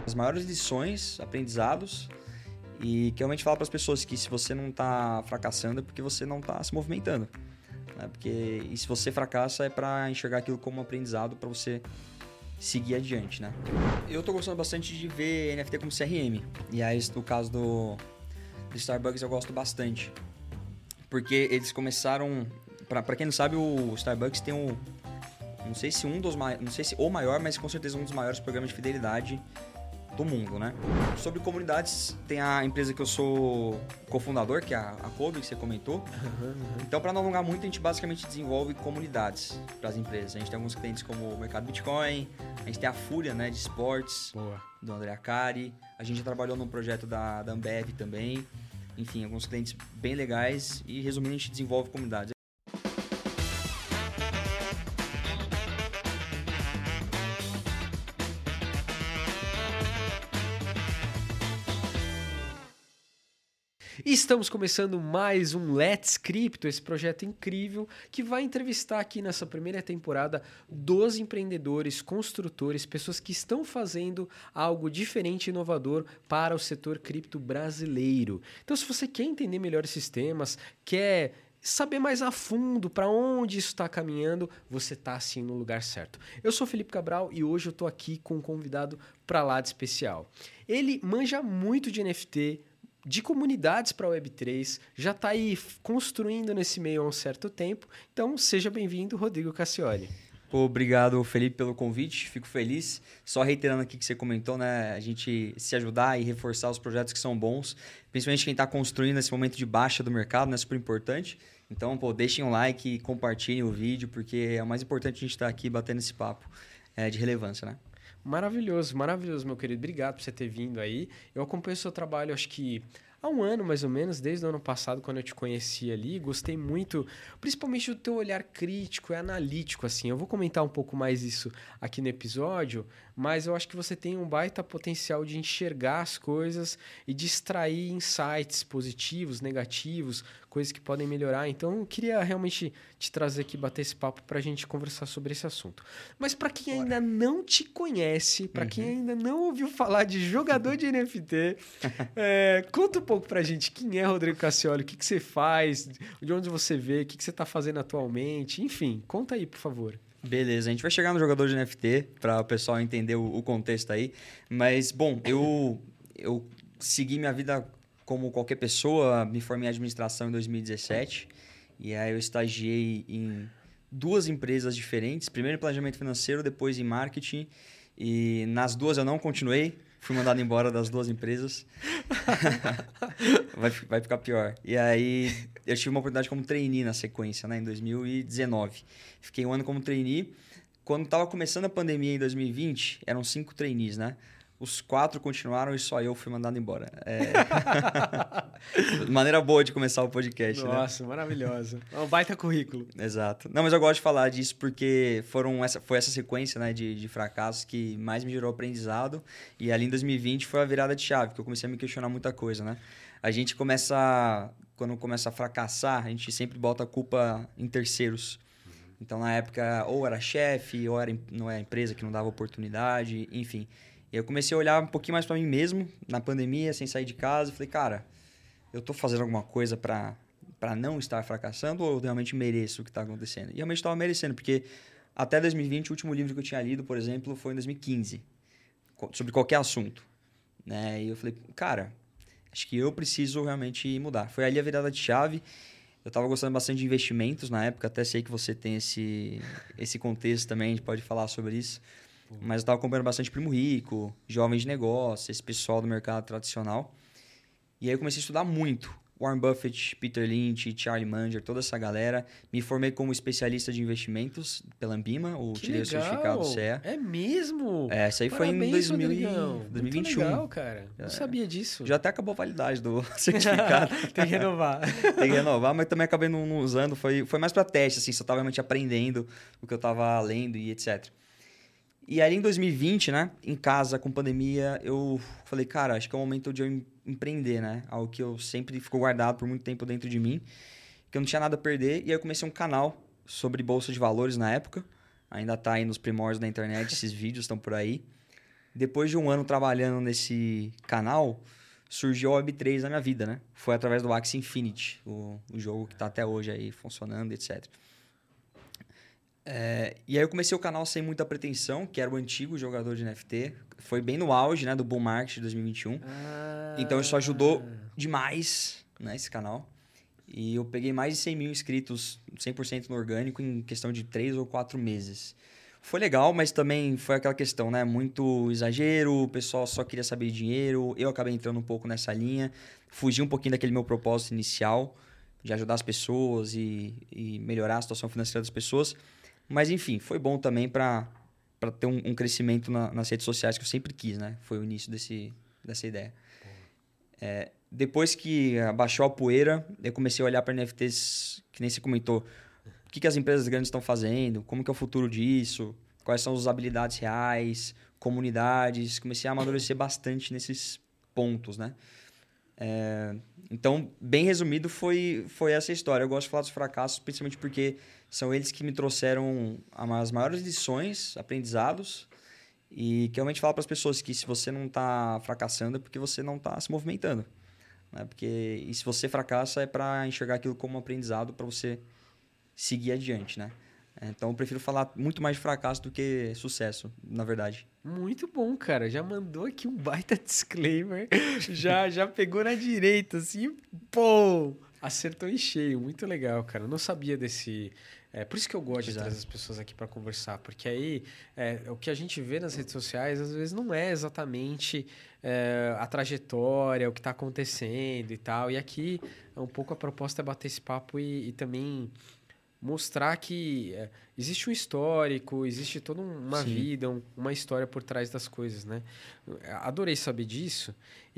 As maiores lições, aprendizados, e que realmente fala para as pessoas que se você não está fracassando é porque você não está se movimentando. Né? E se você fracassa é para enxergar aquilo como um aprendizado para você seguir adiante, né? Eu tô gostando bastante de ver NFT como CRM. E aí, no caso do Starbucks, eu gosto bastante. Porque eles começaram... Pra quem não sabe, o Starbucks tem um... Não sei se o maior, mas com certeza um dos maiores programas de fidelidade do mundo, né? Sobre comunidades, tem a empresa que eu sou cofundador, que é a Kobe, que você comentou. Então, para não alongar muito, a gente basicamente desenvolve comunidades para as empresas. A gente tem alguns clientes como o Mercado Bitcoin, a gente tem a Fúria, né, de esportes, do André Akari. A gente já trabalhou num projeto da Ambev também. Enfim, alguns clientes bem legais e, resumindo, a gente desenvolve comunidades. E estamos começando mais um Let's Crypto, esse projeto incrível que vai entrevistar aqui nessa primeira temporada 12 empreendedores, construtores, pessoas que estão fazendo algo diferente e inovador para o setor cripto brasileiro. Então, se você quer entender melhor esses temas, quer saber mais a fundo para onde isso está caminhando, você está assim no lugar certo. Eu sou Felipe Cabral e hoje eu estou aqui com um convidado para lá de especial. Ele manja muito de NFT, de comunidades para a Web3, já está aí construindo nesse meio há um certo tempo. Então, seja bem-vindo, Rodrigo Cassioli. Obrigado, Felipe, pelo convite. Fico feliz. Só reiterando aqui que você comentou, né? A gente se ajudar e reforçar os projetos que são bons, principalmente quem está construindo nesse momento de baixa do mercado, né? Super importante. Então, deixem um like e compartilhem o vídeo, porque é o mais importante a gente estar aqui batendo esse papo de relevância, né? Maravilhoso, maravilhoso, meu querido. Obrigado por você ter vindo aí. Eu acompanho o seu trabalho, acho que há um ano, mais ou menos, desde o ano passado, quando eu te conheci ali. Gostei muito, principalmente do teu olhar crítico e analítico, assim. Eu vou comentar um pouco mais isso aqui no episódio, mas eu acho que você tem um baita potencial de enxergar as coisas e de extrair insights positivos, negativos, coisas que podem melhorar. Então, eu queria realmente te trazer aqui, bater esse papo para a gente conversar sobre esse assunto. Mas para quem ainda não te conhece, para quem ainda não ouviu falar de jogador de NFT, conta um pouco pra gente quem é Rodrigo Cassioli, o que você faz, de onde você vê, o que você está fazendo atualmente, enfim, conta aí, por favor. Beleza, a gente vai chegar no jogador de NFT para o pessoal entender o contexto aí. Mas, bom, eu segui minha vida como qualquer pessoa, me formei em administração em 2017 e aí eu estagiei em 2 empresas diferentes, primeiro em planejamento financeiro, depois em marketing, e nas 2 eu não continuei. Fui mandado embora das 2 empresas. Vai ficar pior. E aí, eu tive uma oportunidade como trainee na sequência, né? Em 2019. Fiquei um ano como trainee. Quando estava começando a pandemia em 2020, eram 5 trainees, né? Os 4 continuaram e só eu fui mandado embora. Maneira boa de começar o podcast, né? Nossa, maravilhosa. É um baita currículo. Exato. Não, mas eu gosto de falar disso porque foi essa sequência, né, de fracassos que mais me gerou aprendizado. E ali em 2020 foi a virada de chave, que eu comecei a me questionar muita coisa, né? A gente quando começa a fracassar, a gente sempre bota a culpa em terceiros. Então, na época, ou era chefe, ou não era empresa que não dava oportunidade, enfim. E eu comecei a olhar um pouquinho mais para mim mesmo, na pandemia, sem sair de casa. E falei, cara, eu tô fazendo alguma coisa para não estar fracassando ou eu realmente mereço o que está acontecendo? E realmente estava merecendo, porque até 2020, o último livro que eu tinha lido, por exemplo, foi em 2015, sobre qualquer assunto. Né? E eu falei, cara, acho que eu preciso realmente mudar. Foi ali a virada de chave. Eu estava gostando bastante de investimentos na época, até sei que você tem esse contexto também, a gente pode falar sobre isso. Mas eu estava acompanhando bastante Primo Rico, jovens de negócio, esse pessoal do mercado tradicional. E aí eu comecei a estudar muito. Warren Buffett, Peter Lynch, Charlie Munger, toda essa galera. Me formei como especialista de investimentos pela Ambima, tirei o certificado CE. É mesmo? Isso aí foi em 2021. Muito legal, cara. Não sabia disso. Já até acabou a validade do certificado. Tem que renovar. Tem que renovar, mas também acabei não usando. Foi mais para teste, assim, só estava realmente aprendendo o que eu estava lendo e etc. E aí, em 2020, né, em casa, com pandemia, eu falei, cara, acho que é o momento de eu empreender, né? Algo que eu sempre ficou guardado por muito tempo dentro de mim, que eu não tinha nada a perder. E aí eu comecei um canal sobre bolsa de valores na época. Ainda tá aí nos primórdios da internet, esses vídeos estão por aí. Depois de um ano trabalhando nesse canal, surgiu a Web3 na minha vida, né? Foi através do Axie Infinity, o jogo que está até hoje aí funcionando, etc. E aí eu comecei o canal sem muita pretensão, que era o antigo jogador de NFT. Foi bem no auge, né, do bull market de 2021. Então isso ajudou demais, né, esse canal. E eu peguei mais de 100 mil inscritos, 100% no orgânico, em questão de 3 ou 4 meses. Foi legal, mas também foi aquela questão, né? Muito exagero, o pessoal só queria saber de dinheiro. Eu acabei entrando um pouco nessa linha. Fugi um pouquinho daquele meu propósito inicial, de ajudar as pessoas e melhorar a situação financeira das pessoas. Mas, enfim, foi bom também para ter um crescimento nas redes sociais que eu sempre quis, né? Foi o início dessa ideia. Depois que abaixou a poeira, eu comecei a olhar para NFTs, que nem você comentou. O que as empresas grandes estão fazendo? Como que é o futuro disso? Quais são as habilidades reais? Comunidades? Comecei a amadurecer bastante nesses pontos, né? Então, bem resumido, foi essa história. Eu gosto de falar dos fracassos, principalmente porque são eles que me trouxeram as maiores lições, aprendizados, e que realmente falo para as pessoas que se você não está fracassando é porque você não está se movimentando. Né? E se você fracassa é para enxergar aquilo como um aprendizado para você seguir adiante, né? Então, eu prefiro falar muito mais de fracasso do que sucesso, na verdade. Muito bom, cara. Já mandou aqui um baita disclaimer. já pegou na direita, assim, pô! Acertou em cheio. Muito legal, cara. Eu não sabia desse... por isso que eu gosto de trazer as pessoas aqui para conversar, porque aí o que a gente vê nas redes sociais, às vezes, não é exatamente a trajetória, o que está acontecendo e tal. E aqui, um pouco a proposta é bater esse papo e também... mostrar que existe um histórico, existe toda uma vida, uma história por trás das coisas, né? Adorei saber disso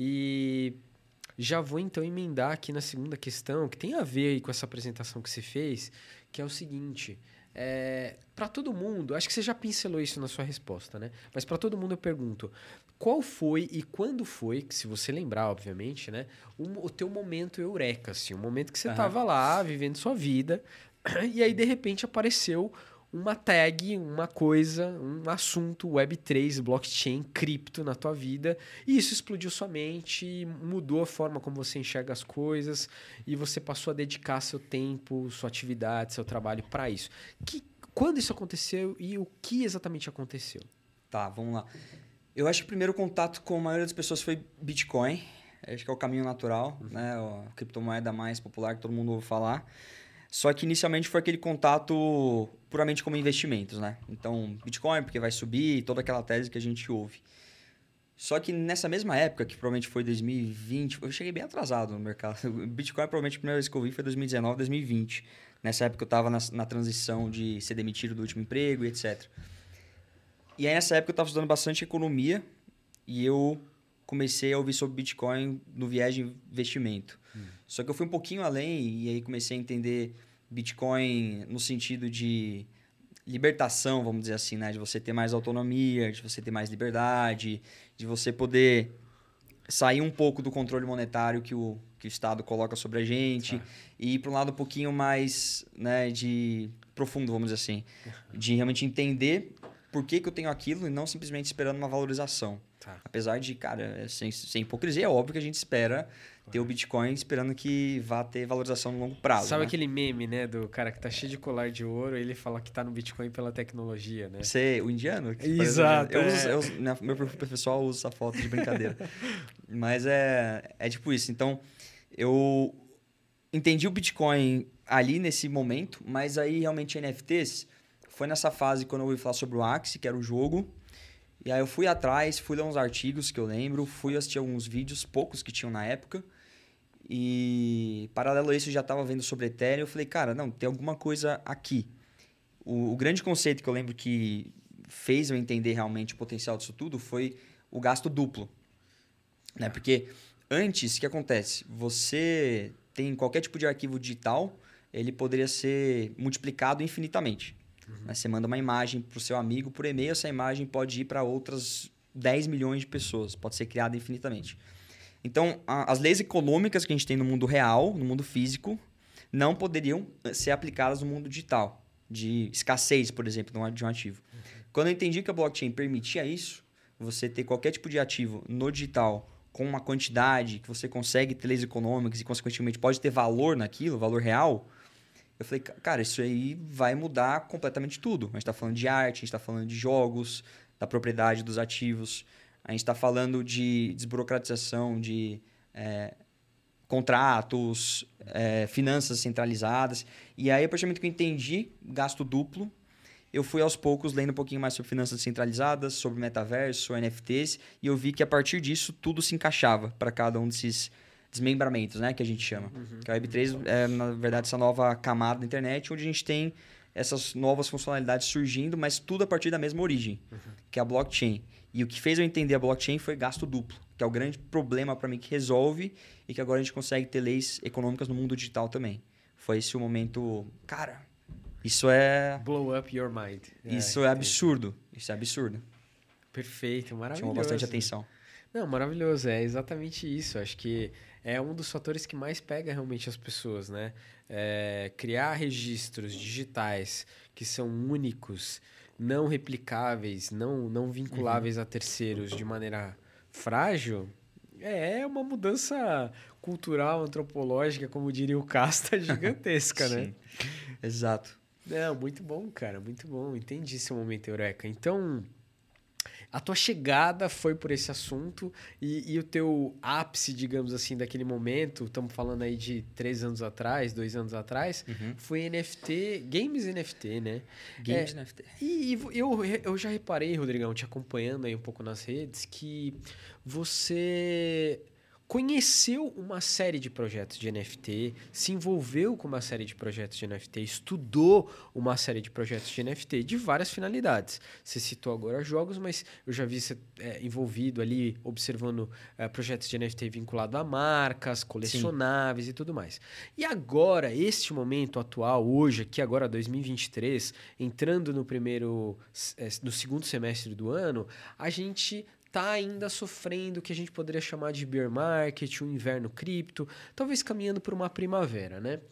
e já vou então emendar aqui na segunda questão, que tem a ver aí com essa apresentação que você fez, que é o seguinte... para todo mundo, acho que você já pincelou isso na sua resposta, né? Mas para todo mundo eu pergunto, qual foi e quando foi, se você lembrar, obviamente, né? O teu momento eureka, assim, o momento que você estava lá, vivendo sua vida... E aí, de repente, apareceu uma tag, uma coisa, um assunto Web3, blockchain, cripto na tua vida. E isso explodiu sua mente, mudou a forma como você enxerga as coisas e você passou a dedicar seu tempo, sua atividade, seu trabalho para isso. Quando isso aconteceu e o que exatamente aconteceu? Tá, vamos lá. Eu acho que o primeiro contato com a maioria das pessoas foi Bitcoin. Acho que é o caminho natural, né? A criptomoeda mais popular que todo mundo ouve falar. Só que inicialmente foi aquele contato puramente como investimentos, né? Então, Bitcoin, porque vai subir, toda aquela tese que a gente ouve. Só que nessa mesma época, que provavelmente foi 2020, eu cheguei bem atrasado no mercado. Bitcoin, provavelmente, a primeira vez que eu vi foi 2019, 2020. Nessa época eu estava na transição de ser demitido do último emprego e etc. E aí nessa época eu estava estudando bastante economia e eu comecei a ouvir sobre Bitcoin no viés de investimento. Só que eu fui um pouquinho além e aí comecei a entender Bitcoin no sentido de libertação, vamos dizer assim, né? De você ter mais autonomia, de você ter mais liberdade, de você poder sair um pouco do controle monetário que o Estado coloca sobre a gente e ir para um lado um pouquinho mais, né, de profundo, vamos dizer assim, de realmente entender por que eu tenho aquilo e não simplesmente esperando uma valorização. Apesar de, cara, sem hipocrisia, é óbvio que a gente espera ter o Bitcoin esperando que vá ter valorização no longo prazo. Sabe, né? Aquele meme, né, do cara que tá cheio de colar de ouro e ele fala que tá no Bitcoin pela tecnologia, né? Você, o indiano? Exato. Meu perfil pessoal usa essa foto de brincadeira. Mas é tipo isso. Então, eu entendi o Bitcoin ali nesse momento, mas aí realmente NFTs foi nessa fase quando eu ouvi falar sobre o Axie, que era o jogo. E aí eu fui atrás, fui ler uns artigos que eu lembro, fui assistir alguns vídeos, poucos que tinham na época. E paralelo a isso eu já estava vendo sobre Ethereum. Eu falei, cara, não, tem alguma coisa aqui. O grande conceito que eu lembro que fez eu entender realmente o potencial disso tudo foi o gasto duplo. Né? Porque antes, o que acontece? Você tem qualquer tipo de arquivo digital, ele poderia ser multiplicado infinitamente. Você manda uma imagem para o seu amigo por e-mail, essa imagem pode ir para outras 10 milhões de pessoas, pode ser criada infinitamente. Então, as leis econômicas que a gente tem no mundo real, no mundo físico, não poderiam ser aplicadas no mundo digital, de escassez, por exemplo, de um ativo. Quando eu entendi que a blockchain permitia isso, você ter qualquer tipo de ativo no digital com uma quantidade que você consegue ter leis econômicas e, consequentemente, pode ter valor naquilo, valor real, eu falei, cara, isso aí vai mudar completamente tudo. A gente está falando de arte, a gente está falando de jogos, da propriedade dos ativos, a gente está falando de desburocratização, de contratos, finanças centralizadas. E aí, a partir do momento que eu entendi gasto duplo, eu fui aos poucos lendo um pouquinho mais sobre finanças centralizadas, sobre metaverso, NFTs, e eu vi que a partir disso tudo se encaixava para cada um desses desmembramentos, né, que a gente chama. Que a Web3 é, na verdade, essa nova camada da internet, onde a gente tem essas novas funcionalidades surgindo, mas tudo a partir da mesma origem, que é a blockchain. E o que fez eu entender a blockchain foi gasto duplo, que é o grande problema para mim que resolve e que agora a gente consegue ter leis econômicas no mundo digital também. Foi esse o momento... Cara, isso é... Blow up your mind. Isso é absurdo. Isso é absurdo. Perfeito, maravilhoso. Chamou bastante atenção. Não, maravilhoso. É exatamente isso. Acho que é um dos fatores que mais pega realmente as pessoas, né? Criar registros digitais que são únicos, não replicáveis, não vinculáveis a terceiros de maneira frágil, é uma mudança cultural, antropológica, como diria o Casta, gigantesca, né? Sim, exato. Não, muito bom, cara, muito bom. Entendi esse momento, Eureka. Então, a tua chegada foi por esse assunto e o teu ápice, digamos assim, daquele momento, estamos falando aí de 3 anos atrás, 2 anos atrás, foi NFT, Games NFT, né? Games NFT. E eu já reparei, Rodrigão, te acompanhando aí um pouco nas redes, que você conheceu uma série de projetos de NFT, se envolveu com uma série de projetos de NFT, estudou uma série de projetos de NFT de várias finalidades. Você citou agora jogos, mas eu já vi você envolvido ali, observando projetos de NFT vinculado a marcas, colecionáveis e tudo mais. E agora, este momento atual, hoje, aqui agora 2023, entrando no segundo semestre do ano, a gente está ainda sofrendo o que a gente poderia chamar de bear market, um inverno cripto, talvez caminhando por uma primavera, né?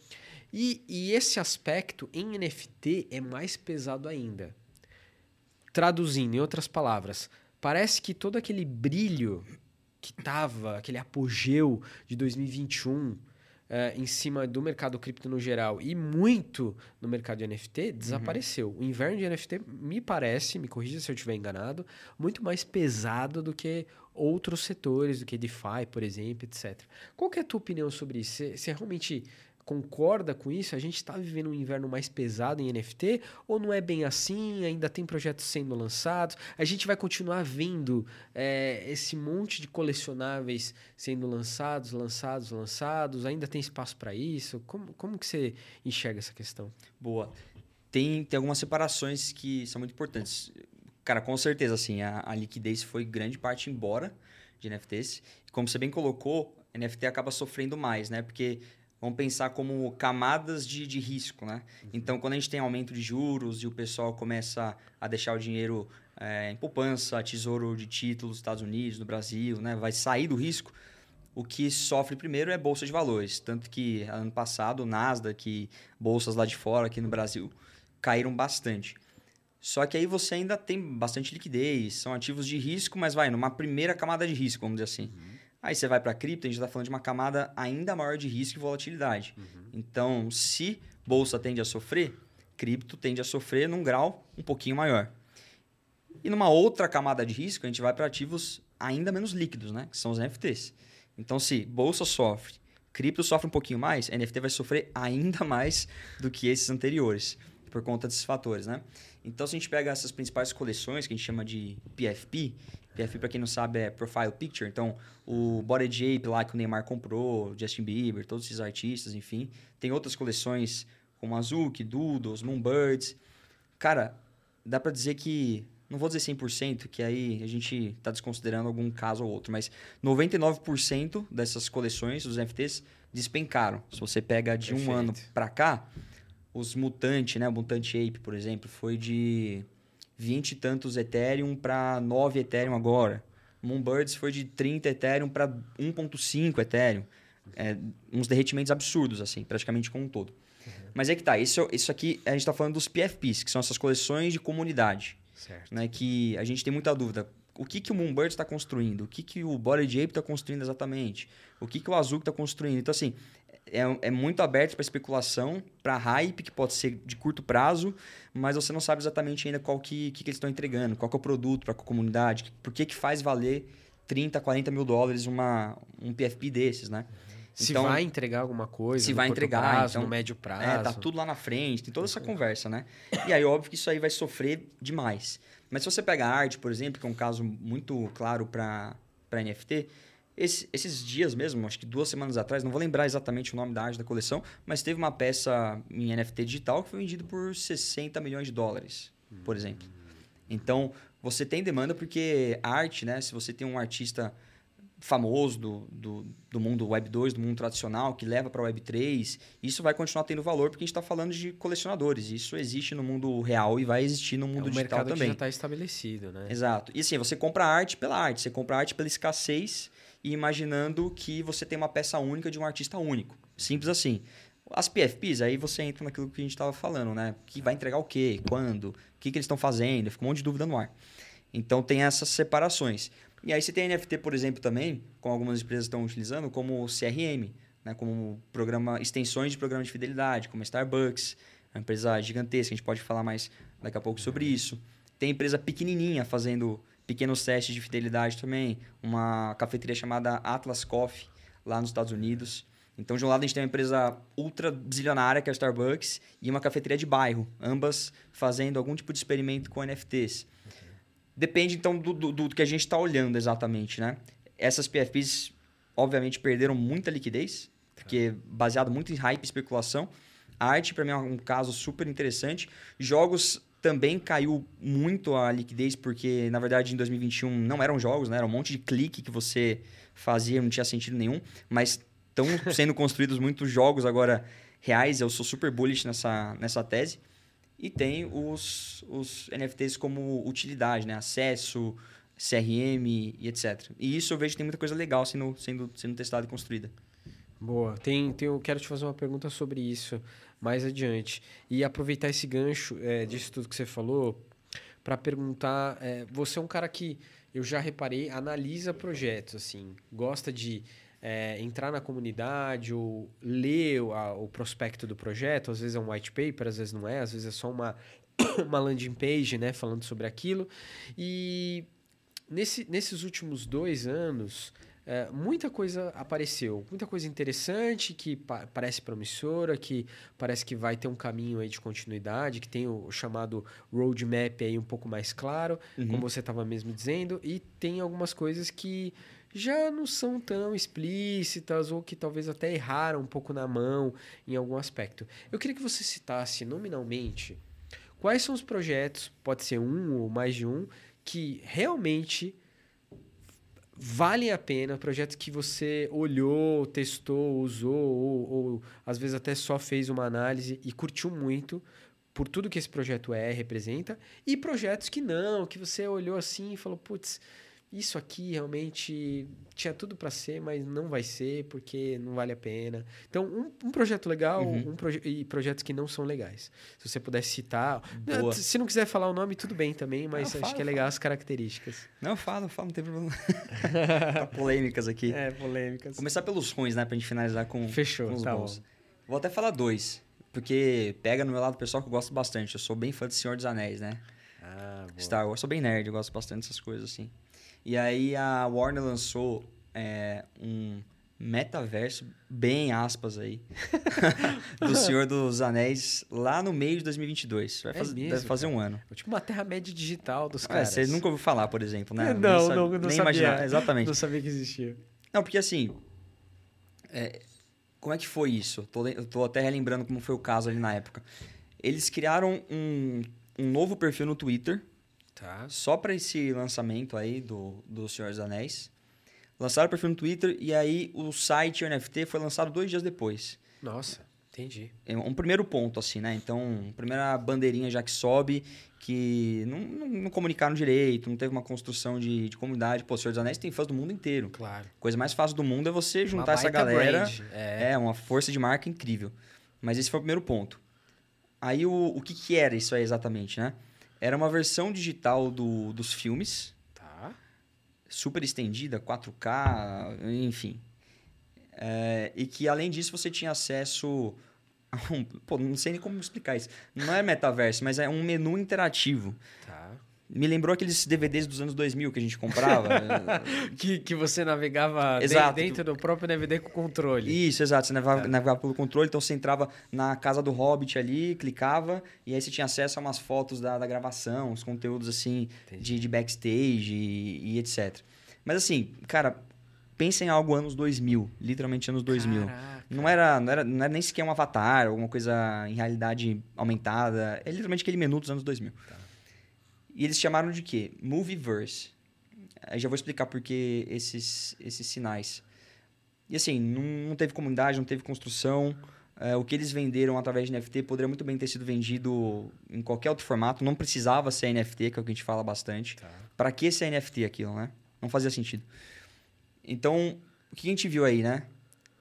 E esse aspecto em NFT é mais pesado ainda. Traduzindo, em outras palavras, parece que todo aquele brilho que estava, aquele apogeu de 2021 em cima do mercado cripto no geral e muito no mercado de NFT, desapareceu. O inverno de NFT, me parece, me corrija se eu estiver enganado, muito mais pesado do que outros setores, do que DeFi, por exemplo, etc. Qual que é a tua opinião sobre isso? Você realmente concorda com isso? A gente está vivendo um inverno mais pesado em NFT ou não é bem assim? Ainda tem projetos sendo lançados? A gente vai continuar vendo esse monte de colecionáveis sendo lançados? Ainda tem espaço para isso? Como que você enxerga essa questão? Boa. Tem algumas separações que são muito importantes. Cara, com certeza, assim, a liquidez foi grande parte embora de NFTs. Como você bem colocou, NFT acaba sofrendo mais, né? Porque vamos pensar como camadas de risco, né? Então, quando a gente tem aumento de juros e o pessoal começa a deixar o dinheiro em poupança, tesouro de títulos nos Estados Unidos, no Brasil, né? Vai sair do risco, o que sofre primeiro é bolsa de valores. Tanto que, ano passado, o Nasdaq, bolsas lá de fora, aqui no Brasil, caíram bastante. Só que aí você ainda tem bastante liquidez, são ativos de risco, mas vai numa primeira camada de risco, vamos dizer assim. Aí você vai para cripto, a gente está falando de uma camada ainda maior de risco e volatilidade. Então, se bolsa tende a sofrer, cripto tende a sofrer num grau um pouquinho maior. E numa outra camada de risco, a gente vai para ativos ainda menos líquidos, né? Que são os NFTs. Então, se bolsa sofre, cripto sofre um pouquinho mais, NFT vai sofrer ainda mais do que esses anteriores, por conta desses fatores, né? Então, se a gente pega essas principais coleções, que a gente chama de PFP, PFP, para quem não sabe, é Profile Picture. Então, o Bored Ape lá que o Neymar comprou, Justin Bieber, todos esses artistas, enfim. Tem outras coleções como Azuki, Doodles, Moonbirds. Cara, dá para dizer que... Não vou dizer 100%, que aí a gente está desconsiderando algum caso ou outro, mas 99% dessas coleções, dos NFTs, despencaram. Se você pega de um ano para cá, os Mutant, né? O Mutant Ape, por exemplo, foi de 20 e tantos Ethereum para 9 Ethereum agora. Moonbirds foi de 30 Ethereum para 1.5 Ethereum. Uns derretimentos absurdos, assim, praticamente como um todo. Mas é que tá, isso aqui a gente está falando dos PFPs, que são essas coleções de comunidade. Certo. né? Que a gente tem muita dúvida. O que o Moonbird está construindo? O que o Bored Ape está construindo exatamente? O que o Azuki está construindo? Então, assim, é muito aberto para especulação, para hype, que pode ser de curto prazo, mas você não sabe exatamente ainda qual que eles estão entregando, qual que é o produto para a comunidade, por que faz valer 30, 40 mil dólares um PFP desses, né? Se Então, vai entregar alguma coisa, se no vai curto entregar, prazo, então, no médio prazo. tá tudo lá na frente, tem toda essa conversa, né? E aí, óbvio que isso aí vai sofrer demais. Mas se você pega a arte, por exemplo, que é um caso muito claro para NFT, esses dias mesmo, acho que 2 semanas atrás, não vou lembrar exatamente o nome da arte da coleção, mas teve uma peça em NFT digital que foi vendida por 60 milhões de dólares, por exemplo. Então, você tem demanda porque arte, né? Se você tem um artista famoso do mundo Web 2, do mundo tradicional, que leva para a Web 3, isso vai continuar tendo valor porque a gente está falando de colecionadores. Isso existe no mundo real e vai existir no mundo digital mercado também. Que já está estabelecido, né? Exato. E assim, você compra arte pela arte, você compra arte pela escassez e imaginando que você tem uma peça única de um artista único. Simples assim. As PFPs, aí você entra naquilo que a gente estava falando, né? Que vai entregar o quê? Quando? O que eles estão fazendo? Fica um monte de dúvida no ar. Então, tem essas separações. E aí você tem NFT, por exemplo, também, como algumas empresas estão utilizando, como CRM, né? Como extensões de programa de fidelidade, como a Starbucks, uma empresa gigantesca, a gente pode falar mais daqui a pouco sobre isso. Tem empresa pequenininha fazendo pequenos testes de fidelidade também, uma cafeteria chamada Atlas Coffee, lá nos Estados Unidos. Então, de um lado, a gente tem uma empresa ultra zilionária, que é a Starbucks, e uma cafeteria de bairro, ambas fazendo algum tipo de experimento com NFTs. Depende, então, do que a gente está olhando exatamente, né? Essas PFPs, obviamente, perderam muita liquidez, porque baseado muito em hype e especulação. A arte, para mim, é um caso super interessante. Jogos também caiu muito a liquidez, porque, na verdade, em 2021 não eram jogos, né? Era um monte de clique que você fazia, não tinha sentido nenhum. Mas estão sendo construídos muitos jogos agora reais. Eu sou super bullish nessa tese. E tem os NFTs como utilidade, né? Acesso, CRM e etc. E isso eu vejo que tem muita coisa legal sendo testada e construída. Boa. Eu quero te fazer uma pergunta sobre isso mais adiante. E aproveitar esse gancho disso tudo que você falou para perguntar... você é um cara que, eu já reparei, analisa projetos, assim. Gosta de entrar na comunidade ou ler o prospecto do projeto. Às vezes é um white paper, às vezes não é. Às vezes é só uma landing page, né, falando sobre aquilo. E nesses últimos 2 anos... muita coisa apareceu, muita coisa interessante que parece promissora, que parece que vai ter um caminho aí de continuidade, que tem o chamado roadmap aí um pouco mais claro, como você estava mesmo dizendo, e tem algumas coisas que já não são tão explícitas ou que talvez até erraram um pouco na mão em algum aspecto. Eu queria que você citasse nominalmente quais são os projetos, pode ser um ou mais de um, que realmente... valem a pena, projetos que você olhou, testou, usou, ou às vezes até só fez uma análise e curtiu muito por tudo que esse projeto representa, e projetos que não, que você olhou assim e falou, putz, isso aqui realmente tinha tudo para ser, mas não vai ser porque não vale a pena. Então, um projeto legal e projetos que não são legais. Se você pudesse citar... Boa. Se não quiser falar o nome, tudo bem também, mas não, acho que é legal as características. Não, fala, não tem problema. Tá polêmicas aqui. Polêmicas. Começar pelos ruins, né? Pra gente finalizar com os bons. Bom. Vou até falar 2, porque pega no meu lado pessoal que eu gosto bastante. Eu sou bem fã de Senhor dos Anéis, né? Star Wars, sou bem nerd, eu gosto bastante dessas coisas, assim. E aí a Warner lançou um metaverso, bem aspas aí, do Senhor dos Anéis lá no meio de 2022. Deve fazer um ano. É tipo uma Terra-média digital dos caras. Você nunca ouviu falar, por exemplo, né? Não nem sabia. Imaginar. Exatamente. Não sabia que existia. Não, porque assim... como é que foi isso? Eu tô até relembrando como foi o caso ali na época. Eles criaram um novo perfil no Twitter, só para esse lançamento aí do Senhor dos Anéis. Lançaram o perfil no Twitter e aí o site NFT foi lançado 2 dias depois. Nossa, entendi. É um primeiro ponto, assim, né? Então, primeira bandeirinha já que sobe, que não comunicaram direito, não teve uma construção de comunidade. Pô, o Senhor dos Anéis tem fãs do mundo inteiro. Claro. Coisa mais fácil do mundo é você juntar essa galera. Brand. Uma força de marca incrível. Mas esse foi o primeiro ponto. Aí, o que era isso aí exatamente, né? Era uma versão digital dos filmes, Tá. super estendida, 4K, enfim. E que, além disso, você tinha acesso a pô, não sei nem como explicar isso. Não é metaverso, mas é um menu interativo. Tá. Me lembrou aqueles DVDs dos anos 2000 que a gente comprava. Que você navegava Exato. dentro do próprio DVD com controle. Isso, exato. Você navegava pelo controle, então você entrava na casa do Hobbit ali, clicava, e aí você tinha acesso a umas fotos da gravação, os conteúdos assim de backstage e etc. Mas assim, cara, pensa em algo anos 2000, literalmente anos 2000. Caraca. Não era nem sequer um avatar, alguma coisa em realidade aumentada. É literalmente aquele menu dos anos 2000. Tá. E eles chamaram de quê? Movieverse. Aí já vou explicar por que esses sinais. E assim, não teve comunidade, não teve construção. O que eles venderam através de NFT poderia muito bem ter sido vendido em qualquer outro formato. Não precisava ser NFT, que é o que a gente fala bastante. Tá. Para que ser NFT aquilo, né? Não fazia sentido. Então, o que a gente viu aí, né?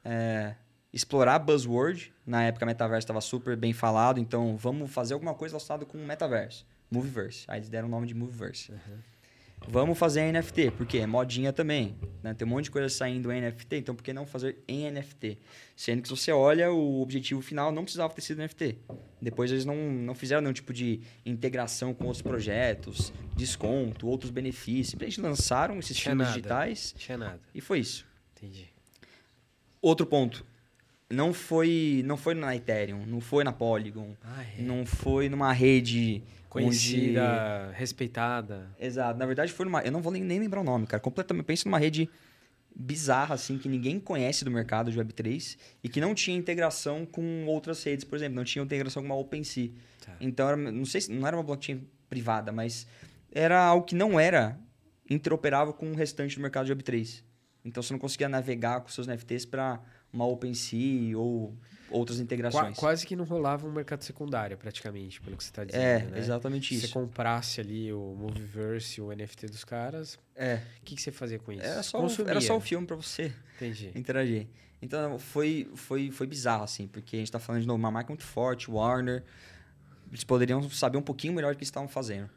Explorar buzzword. Na época, metaverso estava super bem falado. Então, vamos fazer alguma coisa relacionada com o metaverso. Movieverse. Aí eles deram o nome de Movieverse. Uhum. Vamos fazer em NFT, porque é modinha também. Né? Tem um monte de coisa saindo em NFT, então por que não fazer em NFT? Sendo que se você olha, o objetivo final não precisava ter sido NFT. Depois eles não fizeram nenhum tipo de integração com outros projetos, desconto, outros benefícios. Eles lançaram esses filmes digitais Tinha nada. e foi isso. Entendi. Outro ponto. Não foi na Ethereum, não foi na Polygon, não foi numa rede conhecida, respeitada. Exato. Na verdade, foi numa... Eu não vou nem lembrar o nome, cara. Completamente. Pensa numa rede bizarra, assim, que ninguém conhece do mercado de Web3 e que não tinha integração com outras redes, por exemplo. Não tinha integração com uma OpenSea. Tá. Então, não sei se... Não era uma blockchain privada, mas era algo que não era interoperável com o restante do mercado de Web3. Então, você não conseguia navegar com seus NFTs para uma OpenSea ou outras integrações. Quase que não rolava um mercado secundário, praticamente, pelo que você está dizendo, né? Exatamente isso. Se você comprasse ali o Movieverse, o NFT dos caras, o que você fazia com isso? Era só o filme para você interagir. Então, foi bizarro, assim, porque a gente está falando de uma marca muito forte, Warner. Eles poderiam saber um pouquinho melhor do que estavam fazendo.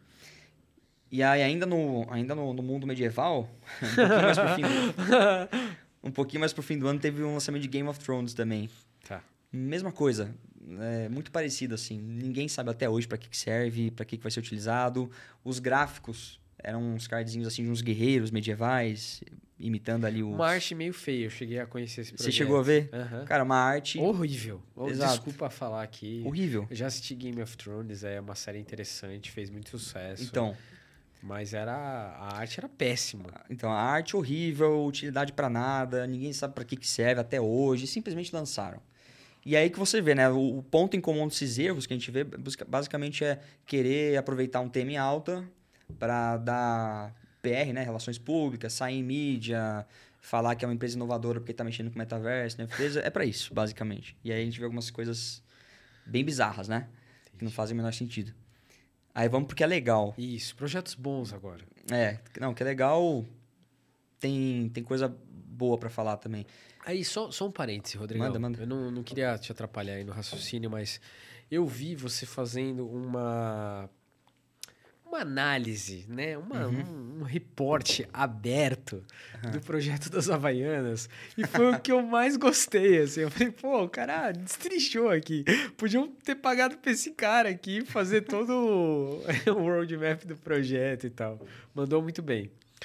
E aí, ainda no mundo medieval, um pouquinho mais pro fim do ano, teve um lançamento de Game of Thrones também. Tá. Mesma coisa, muito parecido assim. Ninguém sabe até hoje para que serve, para que vai ser utilizado. Os gráficos eram uns cardzinhos assim de uns guerreiros medievais, imitando ali uma arte meio feia. Eu cheguei a conhecer esse projeto. Você chegou a ver? Uhum. Cara, uma arte horrível. Exato. Desculpa falar aqui. Horrível. Eu já assisti Game of Thrones, é uma série interessante, fez muito sucesso. Então, mas a arte era péssima. Então, a arte horrível, utilidade para nada, ninguém sabe para que serve até hoje, simplesmente lançaram. E aí que você vê, né? O ponto em comum desses erros que a gente vê, basicamente é querer aproveitar um tema em alta para dar PR, né? Relações públicas, sair em mídia, falar que é uma empresa inovadora porque está mexendo com metaverso, né? É para isso, basicamente. E aí a gente vê algumas coisas bem bizarras, né? Entendi. Que não fazem o menor sentido. Aí vamos pro que é legal. Isso, projetos bons agora. Não, que é legal, tem coisa boa para falar também. Aí, só um parêntese, Rodrigão. Manda. Eu não queria te atrapalhar aí no raciocínio, mas eu vi você fazendo uma análise, né? Um reporte aberto do projeto das Havaianas. E foi o que eu mais gostei, assim. Eu falei, pô, o cara destrinchou aqui. Podiam ter pagado pra esse cara aqui fazer todo o roadmap do projeto e tal. Mandou muito bem.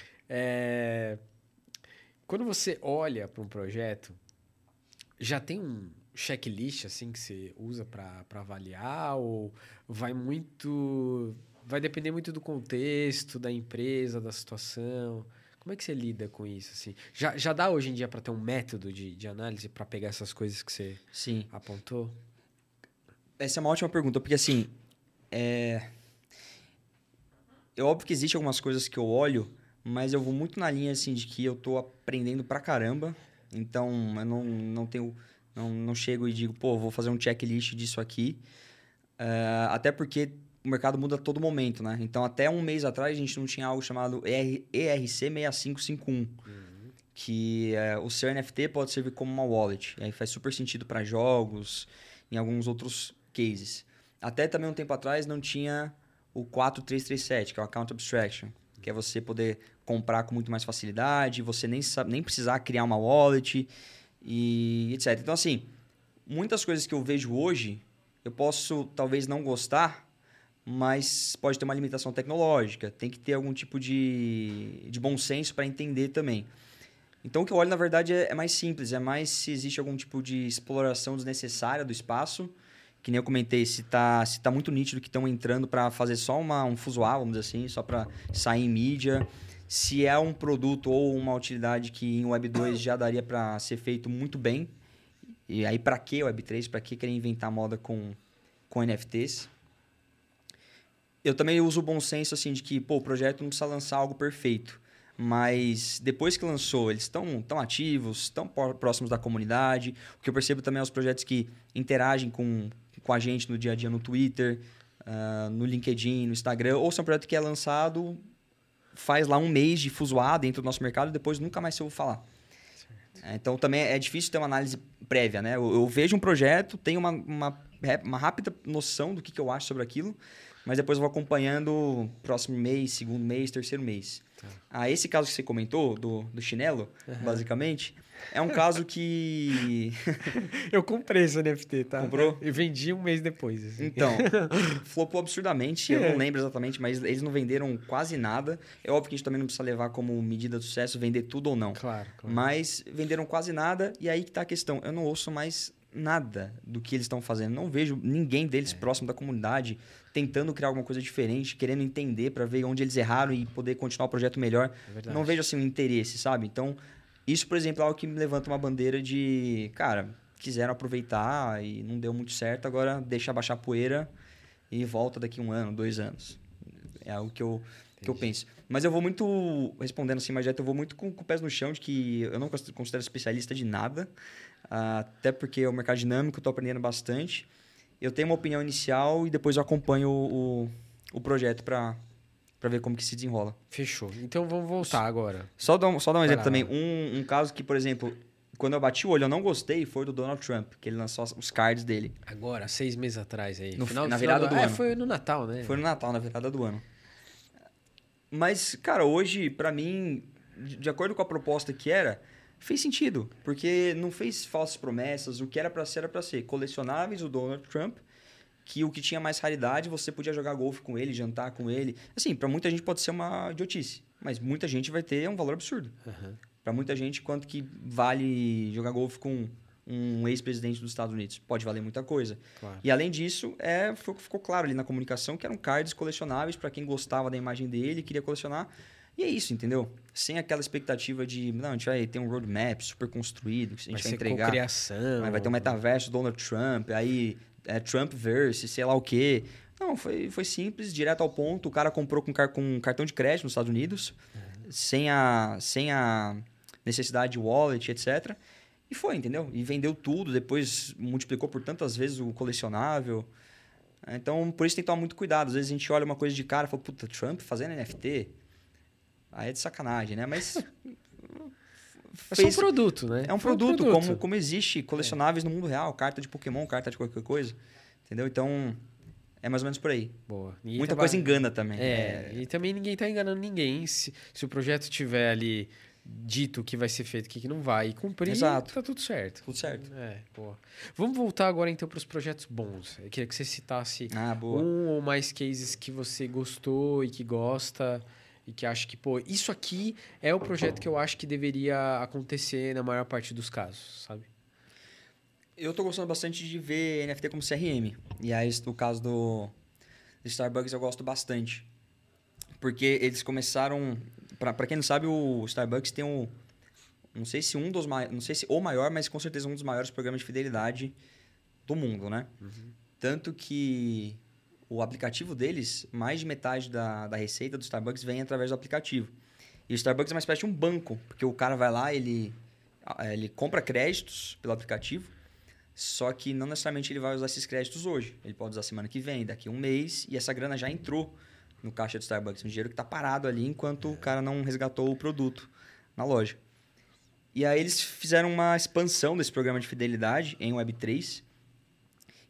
Quando você olha para um projeto, já tem um checklist assim que você usa para avaliar ou vai depender muito do contexto, da empresa, da situação? Como é que você lida com isso? Assim? Já dá hoje em dia para ter um método de análise para pegar essas coisas que você apontou? Essa é uma ótima pergunta, porque assim, é óbvio que existem algumas coisas que eu olho, mas eu vou muito na linha assim, de que eu tô aprendendo pra caramba. Então, eu não chego e digo, pô, vou fazer um checklist disso aqui. Até porque o mercado muda a todo momento, né? Então, até um mês atrás, a gente não tinha algo chamado ERC 6551. Que o seu NFT pode servir como uma wallet. E aí faz super sentido para jogos, em alguns outros cases. Até também um tempo atrás não tinha o 4337, que é o Account Abstraction, que é você poder comprar com muito mais facilidade, você nem precisar criar uma wallet e etc. Então, assim, muitas coisas que eu vejo hoje, eu posso talvez não gostar, mas pode ter uma limitação tecnológica, tem que ter algum tipo de bom senso para entender também. Então, o que eu olho, na verdade, é mais simples, é mais se existe algum tipo de exploração desnecessária do espaço, que nem eu comentei, se tá muito nítido que estão entrando para fazer só um fuzuá, vamos dizer assim, só para sair em mídia. Se é um produto ou uma utilidade que em Web 2 já daria para ser feito muito bem. E aí, para que Web 3? Para que querer inventar moda com NFTs? Eu também uso o bom senso assim, de que o projeto não precisa lançar algo perfeito. Mas depois que lançou, eles estão tão ativos, estão próximos da comunidade. O que eu percebo também é os projetos que interagem com a gente no dia a dia no Twitter, no LinkedIn, no Instagram. Ou se é um projeto que é lançado, faz lá um mês de fuzuá dentro do nosso mercado e depois nunca mais se ouve falar. Então também é difícil ter uma análise prévia, né? Eu vejo um projeto, tenho uma rápida noção do que eu acho sobre aquilo, mas depois eu vou acompanhando próximo mês, segundo mês, terceiro mês. Tá. Esse caso que você comentou, do chinelo, basicamente, é um caso que... Eu comprei esse NFT, tá? Comprou? E vendi um mês depois. Assim. Então, flopou absurdamente, eu não lembro exatamente, mas eles não venderam quase nada. É óbvio que a gente também não precisa levar como medida de sucesso vender tudo ou não. Claro. Mas venderam quase nada e aí que tá a questão. Eu não ouço mais nada do que eles estão fazendo. Não vejo ninguém deles próximo da comunidade tentando criar alguma coisa diferente, querendo entender para ver onde eles erraram e poder continuar o projeto melhor. Não vejo assim um interesse, sabe? Então, isso, por exemplo, é algo que me levanta uma bandeira de, cara, quiseram aproveitar e não deu muito certo, agora deixa baixar a poeira e volta daqui 1 ano, 2 anos. É algo que eu penso. Mas eu vou muito, respondendo assim, mas eu vou muito com o pés no chão de que eu não considero especialista de nada, até porque é um mercado dinâmico, estou aprendendo bastante. Eu tenho uma opinião inicial e depois eu acompanho o projeto para ver como que se desenrola. Fechou. Então vamos voltar agora. Só dar um exemplo também. Um caso que, por exemplo, quando eu bati o olho eu não gostei foi do Donald Trump, que ele lançou os cards dele. Agora, 6 meses atrás aí. Na virada do ano. Foi no Natal, né? Foi no Natal, na virada do ano. Mas, cara, hoje, pra mim, de acordo com a proposta que era, fez sentido. Porque não fez falsas promessas. O que era pra ser colecionáveis, o Donald Trump, que o que tinha mais raridade, você podia jogar golfe com ele, jantar com ele. Assim, pra muita gente pode ser uma idiotice, mas muita gente vai ter um valor absurdo. Pra muita gente, quanto que vale jogar golfe com um ex-presidente dos Estados Unidos? Pode valer muita coisa. Claro. E além disso, ficou claro ali na comunicação que eram cards colecionáveis para quem gostava da imagem dele, queria colecionar. E é isso, entendeu? Sem aquela expectativa de, não, a gente vai ter um roadmap super construído, que a gente vai entregar. Cocriação. Vai ter um metaverso Donald Trump, aí Trumpverse, sei lá o quê. Não, foi simples, direto ao ponto. O cara comprou com cartão de crédito nos Estados Unidos, sem a necessidade de wallet, etc. E foi, entendeu? E vendeu tudo, depois multiplicou por tantas vezes o colecionável. Então, por isso tem que tomar muito cuidado. Às vezes a gente olha uma coisa de cara e fala, puta, Trump fazendo NFT? Aí é de sacanagem, né? Mas... É um produto, né? É um produto. Como existe colecionáveis no mundo real. Carta de Pokémon, carta de qualquer coisa. Entendeu? Então, é mais ou menos por aí. Boa. Muita coisa engana também. E também ninguém está enganando ninguém. Se o projeto tiver ali dito que vai ser feito, que não vai, e cumprir, Exato. Tá tudo certo. Tudo certo. Boa. Vamos voltar agora então para os projetos bons. Eu queria que você citasse boa. um ou mais cases que você gostou e que gosta e que acha que, isso aqui é o projeto que eu acho que deveria acontecer na maior parte dos casos, sabe? Eu tô gostando bastante de ver NFT como CRM. E aí, no caso do Starbucks, eu gosto bastante. Porque eles começaram... Para quem não sabe, o Starbucks tem não sei se não sei se o maior, mas com certeza um dos maiores programas de fidelidade do mundo, né? Tanto que o aplicativo deles, mais de metade da receita do Starbucks vem através do aplicativo. E o Starbucks é uma espécie de um banco, porque o cara vai lá, ele compra créditos pelo aplicativo, só que não necessariamente ele vai usar esses créditos hoje. Ele pode usar semana que vem, daqui a 1 mês, e essa grana já entrou no caixa do Starbucks. Um dinheiro que está parado ali enquanto o cara não resgatou o produto na loja. E aí eles fizeram uma expansão desse programa de fidelidade em Web3,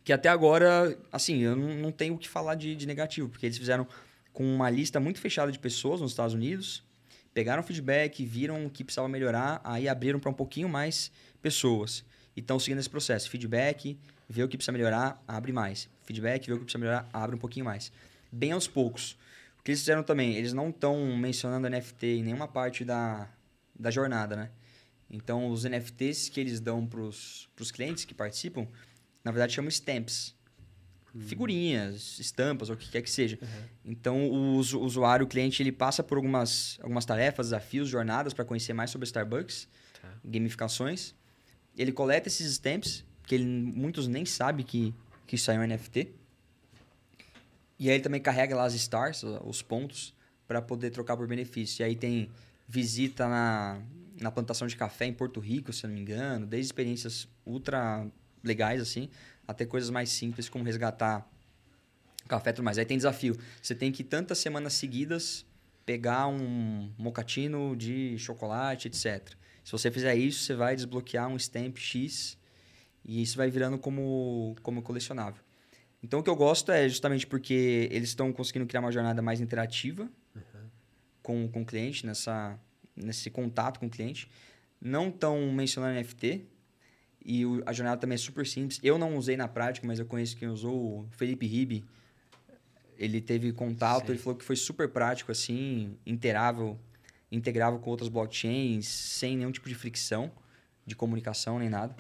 que até agora, assim, eu não tenho o que falar de negativo, porque eles fizeram com uma lista muito fechada de pessoas nos Estados Unidos, pegaram feedback, viram o que precisava melhorar, aí abriram para um pouquinho mais pessoas. E estão seguindo esse processo. Feedback, vê o que precisa melhorar, abre mais. Feedback, vê o que precisa melhorar, abre um pouquinho mais. Bem aos poucos. O que eles fizeram também, eles não estão mencionando NFT em nenhuma parte da jornada, né? Então, os NFTs que eles dão para os clientes que participam, na verdade, chamam stamps. Figurinhas, estampas, ou o que quer que seja. Então, o usuário, o cliente, ele passa por algumas tarefas, desafios, jornadas para conhecer mais sobre a Starbucks, gamificações. Ele coleta esses stamps, que muitos nem sabem que isso aí é um NFT. E aí ele também carrega lá as stars, os pontos, para poder trocar por benefício. E aí tem visita na plantação de café em Porto Rico, se eu não me engano, desde experiências ultra legais, assim, até coisas mais simples, como resgatar café e tudo mais. Aí tem desafio. Você tem que, tantas semanas seguidas, pegar um mocatino de chocolate, etc. Se você fizer isso, você vai desbloquear um stamp X e isso vai virando como colecionável. Então, o que eu gosto é justamente porque eles estão conseguindo criar uma jornada mais interativa com o cliente, nesse contato com o cliente. Não estão mencionando NFT. E a jornada também é super simples. Eu não usei na prática, mas eu conheço quem usou, o Felipe Ribe. Ele teve contato, ele falou que foi super prático, assim, interável com outras blockchains, sem nenhum tipo de fricção de comunicação nem nada.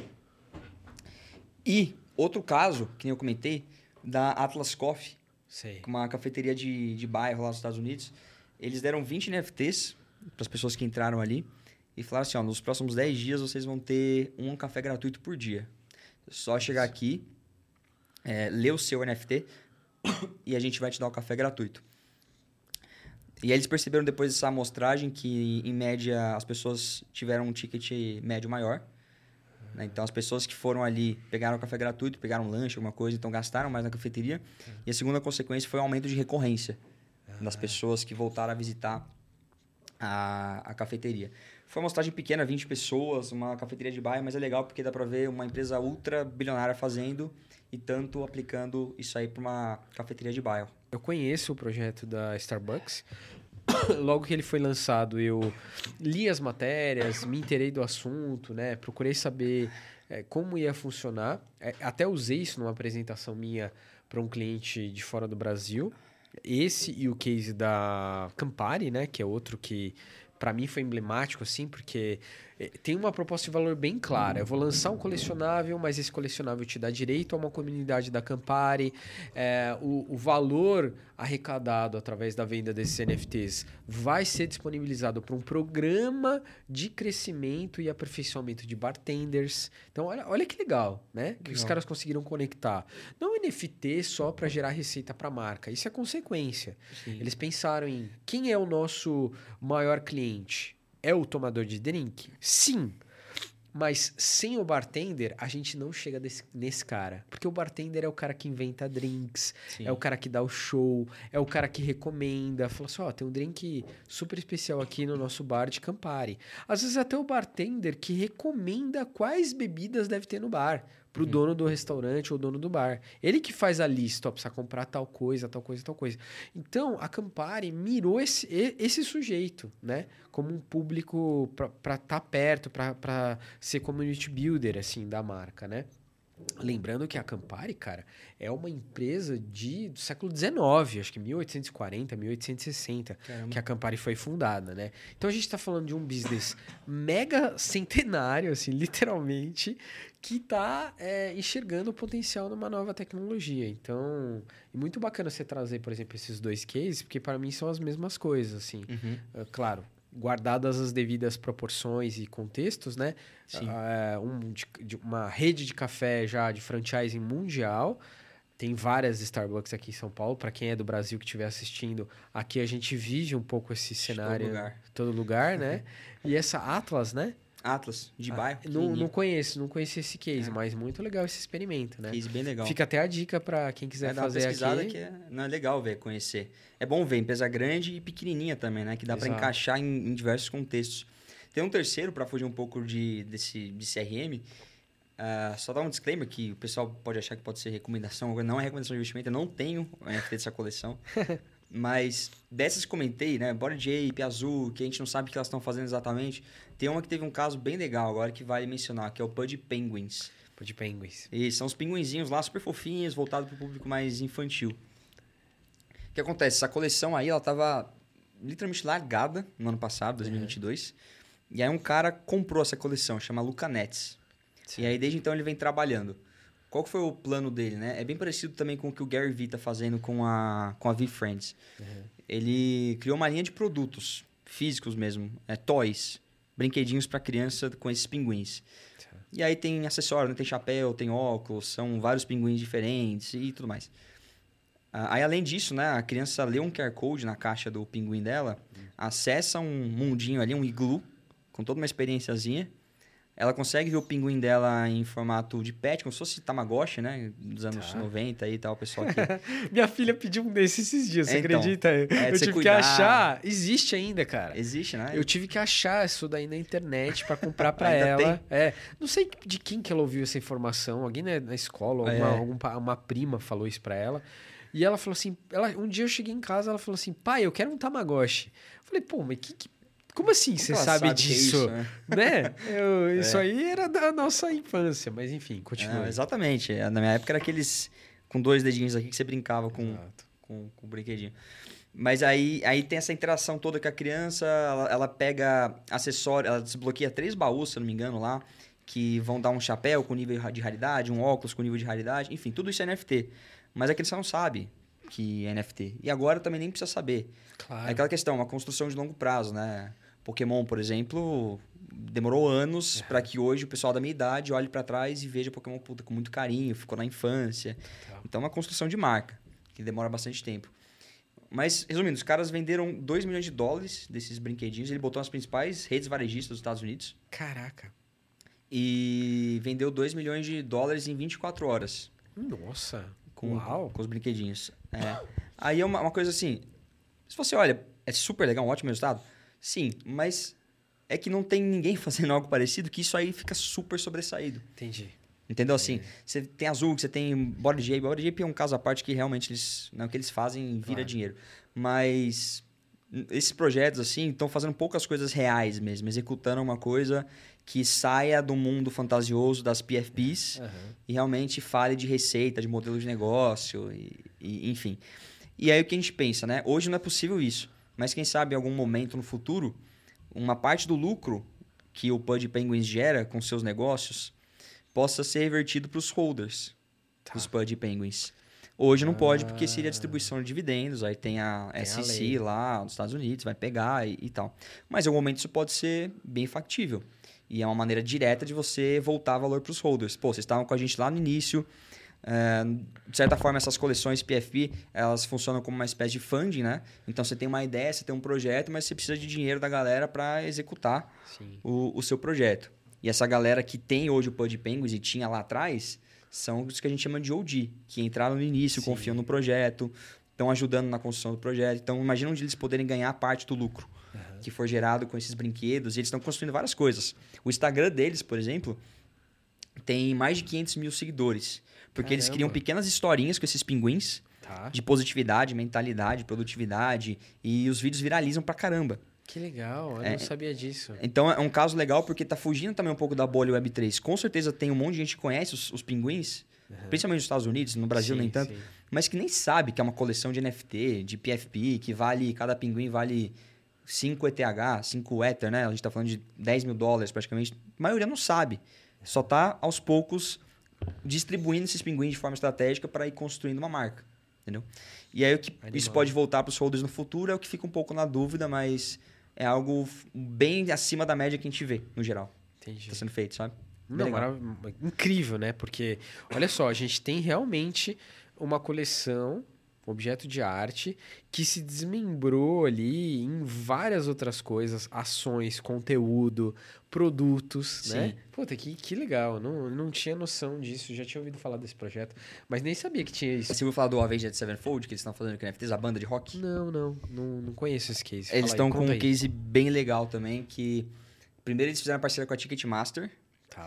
E outro caso, que nem eu comentei, da Atlas Coffee, uma cafeteria de bairro lá nos Estados Unidos. Eles deram 20 NFTs para as pessoas que entraram ali e falaram assim, ó, nos próximos 10 dias vocês vão ter um café gratuito por dia. Só chegar aqui, ler o seu NFT e a gente vai te dar o café gratuito. E aí eles perceberam depois dessa amostragem que, em média, as pessoas tiveram um ticket médio maior. Né? Então, as pessoas que foram ali pegaram o café gratuito, pegaram um lanche, alguma coisa, então gastaram mais na cafeteria. E a segunda consequência foi o aumento de recorrência das pessoas que voltaram a visitar a cafeteria. Foi uma amostragem pequena, 20 pessoas, uma cafeteria de bairro, mas é legal porque dá para ver uma empresa ultra bilionária fazendo e tanto aplicando isso aí para uma cafeteria de bairro. Eu conheço o projeto da Starbucks. Logo que ele foi lançado, eu li as matérias, me inteirei do assunto, né? Procurei saber como ia funcionar. Até usei isso numa apresentação minha para um cliente de fora do Brasil. Esse e o case da Campari, né? Que é outro que, para mim, foi emblemático, assim, porque tem uma proposta de valor bem clara. Eu vou lançar um colecionável, mas esse colecionável te dá direito a uma comunidade da Campari. O valor arrecadado através da venda desses NFTs vai ser disponibilizado para um programa de crescimento e aperfeiçoamento de bartenders. Então, olha que legal, né? Que os caras conseguiram conectar. Não NFT só para gerar receita para a marca. Isso é consequência. Sim. Eles pensaram em quem é o nosso maior cliente. É o tomador de drink? Sim. Mas sem o bartender, a gente não chega nesse cara. Porque o bartender é o cara que inventa drinks, é o cara que dá o show, é o cara que recomenda. Fala assim, ó, tem um drink super especial aqui no nosso bar de Campari. Às vezes até o bartender que recomenda quais bebidas deve ter no bar. Pro dono do restaurante ou dono do bar. Ele que faz a lista, ó, precisa comprar tal coisa, tal coisa, tal coisa. Então, a Campari mirou esse sujeito, né? Como um público para estar perto, para ser community builder, assim, da marca, né? Lembrando que a Campari, cara, é uma empresa do século XIX, acho que 1840, 1860, Caramba. Que a Campari foi fundada, né? Então a gente está falando de um business mega centenário, assim, literalmente, que está enxergando o potencial numa nova tecnologia. Então, é muito bacana você trazer, por exemplo, esses dois cases, porque para mim são as mesmas coisas, assim. Claro, guardadas as devidas proporções e contextos, né? Uma rede de café já de franchising mundial. Tem várias Starbucks aqui em São Paulo. Para quem é do Brasil que estiver assistindo, aqui a gente vive um pouco esse cenário. Todo lugar, né? E essa Atlas, né? Atlas, de bairro. Não conheço esse case, mas muito legal esse experimento, né? Case bem legal. Fica até a dica para quem quiser fazer uma pesquisada aqui. Que não é legal ver, conhecer. É bom ver, empresa grande e pequenininha também, né? Que dá para encaixar em diversos contextos. Tem um terceiro, para fugir um pouco de CRM, Só dar um disclaimer que o pessoal pode achar que pode ser recomendação. Não é recomendação de investimento, eu não tenho NFT dessa coleção. Mas dessas que comentei, né? Bored Ape, Azul, que a gente não sabe o que elas estão fazendo exatamente. Tem uma que teve um caso bem legal agora que vale mencionar, que é o Pudgy Penguins. Pudgy Penguins. E são os pinguinzinhos lá super fofinhos, voltados para o público mais infantil. O que acontece? Essa coleção aí, ela tava literalmente largada no ano passado, 2022. E aí um cara comprou essa coleção, chama Luca Nets. Sim. E aí desde então ele vem trabalhando. Qual que foi o plano dele, né? É bem parecido também com o que o Gary Vee tá fazendo com a VeeFriends. Ele criou uma linha de produtos físicos mesmo, toys, brinquedinhos para criança com esses pinguins. E aí tem acessório, né? Tem chapéu, tem óculos, são vários pinguins diferentes e tudo mais. Aí além disso, né? A criança lê um QR Code na caixa do pinguim dela, acessa um mundinho ali, um iglu, com toda uma experiênciazinha. Ela consegue ver o pinguim dela em formato de pet, como se fosse Tamagotchi, né? Dos anos 90 e tal, o pessoal aqui. Minha filha pediu um desses esses dias, você acredita? Eu tive que achar. Existe ainda, cara. Existe, né? Eu tive que achar isso daí na internet pra comprar pra ela. Não sei de quem que ela ouviu essa informação. Alguém na escola, uma prima falou isso pra ela. E ela falou assim... um dia eu cheguei em casa, ela falou assim... Pai, eu quero um Tamagotchi. Eu falei, pô, mas como assim você sabe disso? Isso, né? Isso aí era da nossa infância, mas enfim, continua. Exatamente. Na minha época era aqueles com 2 dedinhos aqui que você brincava com o brinquedinho. Mas aí tem essa interação toda com a criança, ela pega acessório, ela desbloqueia 3 baús, se eu não me engano, lá, que vão dar um chapéu com nível de raridade, um óculos com nível de raridade, enfim, tudo isso é NFT. Mas a criança não sabe que é NFT. E agora também nem precisa saber. Claro. É aquela questão, uma construção de longo prazo, né? Pokémon, por exemplo, demorou anos para que hoje o pessoal da minha idade olhe para trás e veja Pokémon com muito carinho, ficou na infância. Então, é uma construção de marca, que demora bastante tempo. Mas, resumindo, os caras venderam $2 milhões desses brinquedinhos. Ele botou nas principais redes varejistas dos Estados Unidos. Caraca. E vendeu $2 milhões em 24 horas. Nossa. Com os brinquedinhos. Aí é uma coisa assim... Se você olha, é super legal, um ótimo resultado. Sim, mas é que não tem ninguém fazendo algo parecido que isso aí fica super sobressaído. Entendi. Entendeu? Assim, você tem Azul, você tem Bored Ape. Bored Ape é um caso à parte que realmente o que eles fazem vira dinheiro. Mas esses projetos, assim, estão fazendo poucas coisas reais mesmo. Executando uma coisa que saia do mundo fantasioso das PFPs e realmente fale de receita, de modelo de negócio, e enfim. E aí o que a gente pensa, né? Hoje não é possível isso. Mas quem sabe em algum momento no futuro, uma parte do lucro que o Pudgy Penguins gera com seus negócios possa ser revertido para os holders dos Pudgy Penguins. Hoje não pode porque seria a distribuição de dividendos, aí tem a SEC lá nos Estados Unidos, vai pegar e tal. Mas em algum momento isso pode ser bem factível. E é uma maneira direta de você voltar valor para os holders. Pô, vocês estavam com a gente lá no início... de certa forma, essas coleções PFP, elas funcionam como uma espécie de funding, né? Então, você tem uma ideia, você tem um projeto, mas você precisa de dinheiro da galera para executar o seu projeto. E essa galera que tem hoje o Pudgy Penguins e tinha lá atrás, são os que a gente chama de OG, que entraram no início, confiam no projeto, estão ajudando na construção do projeto. Então, imagina onde eles poderem ganhar parte do lucro que for gerado com esses brinquedos. E eles estão construindo várias coisas. O Instagram deles, por exemplo, tem mais de 500 mil seguidores. Porque eles criam pequenas historinhas com esses pinguins de positividade, mentalidade, produtividade. E os vídeos viralizam pra caramba. Que legal, eu não sabia disso. Então é um caso legal porque tá fugindo também um pouco da bolha Web3. Com certeza tem um monte de gente que conhece os pinguins, principalmente nos Estados Unidos, no Brasil nem tanto, mas que nem sabe que é uma coleção de NFT, de PFP, que vale, cada pinguim vale 5 ETH, 5 Ether, né? A gente tá falando de $10 mil praticamente. A maioria não sabe. Só tá aos poucos distribuindo esses pinguins de forma estratégica para ir construindo uma marca, entendeu? E aí o que isso pode voltar para os holders no futuro é o que fica um pouco na dúvida, mas é algo bem acima da média que a gente vê, no geral. Entendi. Está sendo feito, sabe? Não, incrível, né? Porque, olha só, a gente tem realmente uma coleção, objeto de arte, que se desmembrou ali em várias outras coisas, ações, conteúdo, produtos, né? Puta, que legal. Não tinha noção disso, já tinha ouvido falar desse projeto, mas nem sabia que tinha isso. Você ouviu falar do Avenged Sevenfold, que eles estão fazendo com NFTs, a banda de rock? Não conheço esse case. Eles estão com um case bem legal também, que primeiro eles fizeram parceria com a Ticketmaster. Tá.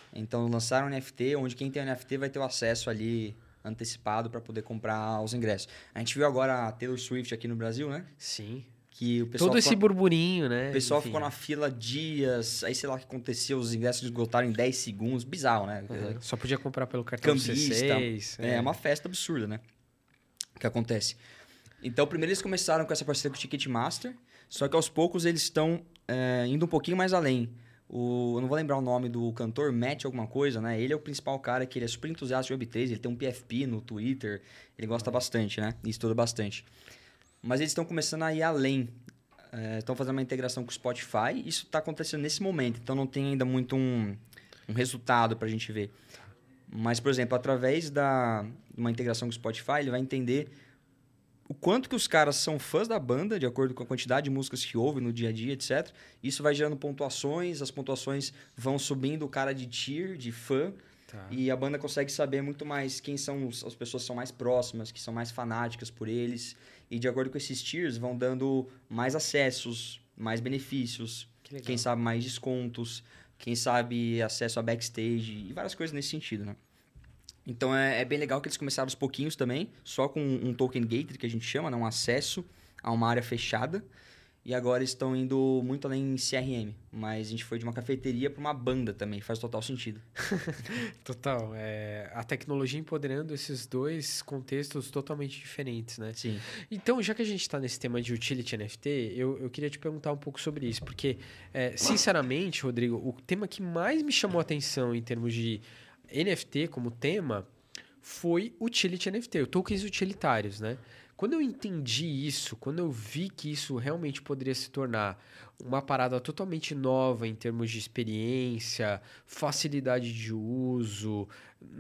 Então, lançaram um NFT, onde quem tem NFT vai ter o acesso ali antecipado para poder comprar os ingressos. A gente viu agora a Taylor Swift aqui no Brasil, né? Sim. Que o pessoal Todo esse burburinho, né? o pessoal Enfim. ficou na fila dias, aí sei lá o que aconteceu, os ingressos esgotaram em 10 segundos. Bizarro, né? Só podia comprar pelo cartão Cambista. C6. É uma festa absurda, né? Que acontece. Então, primeiro eles começaram com essa parceria com o Ticketmaster, só que aos poucos eles estão indo um pouquinho mais além. Eu não vou lembrar o nome do cantor, Matt alguma coisa, né? Ele é o principal cara que ele é super entusiasta de Web3, ele tem um PFP no Twitter, ele gosta bastante, né? E estuda bastante. Mas eles estão começando a ir além. Estão fazendo uma integração com o Spotify, isso está acontecendo nesse momento, então não tem ainda muito um resultado para a gente ver. Mas, por exemplo, através de uma integração com o Spotify, ele vai entender o quanto que os caras são fãs da banda, de acordo com a quantidade de músicas que ouvem no dia a dia, etc. Isso vai gerando pontuações, as pontuações vão subindo o cara de tier, de fã, e a banda consegue saber muito mais quem são as pessoas que são mais próximas, que são mais fanáticas por eles. E de acordo com esses tiers, vão dando mais acessos, mais benefícios, quem sabe mais descontos, quem sabe acesso a backstage e várias coisas nesse sentido, né? Então é bem legal que eles começaram aos pouquinhos também, só com um token gated, que a gente chama, né? Um acesso a uma área fechada. E agora estão indo muito além em CRM. Mas a gente foi de uma cafeteria para uma banda também, faz total sentido. Total. A tecnologia empoderando esses dois contextos totalmente diferentes, né? Sim. Então, já que a gente está nesse tema de utility NFT, eu queria te perguntar um pouco sobre isso. Porque, sinceramente, Rodrigo, o tema que mais me chamou a atenção em termos de NFT como tema foi utility NFT, tokens utilitários, né? Quando eu entendi isso, quando eu vi que isso realmente poderia se tornar uma parada totalmente nova em termos de experiência, facilidade de uso,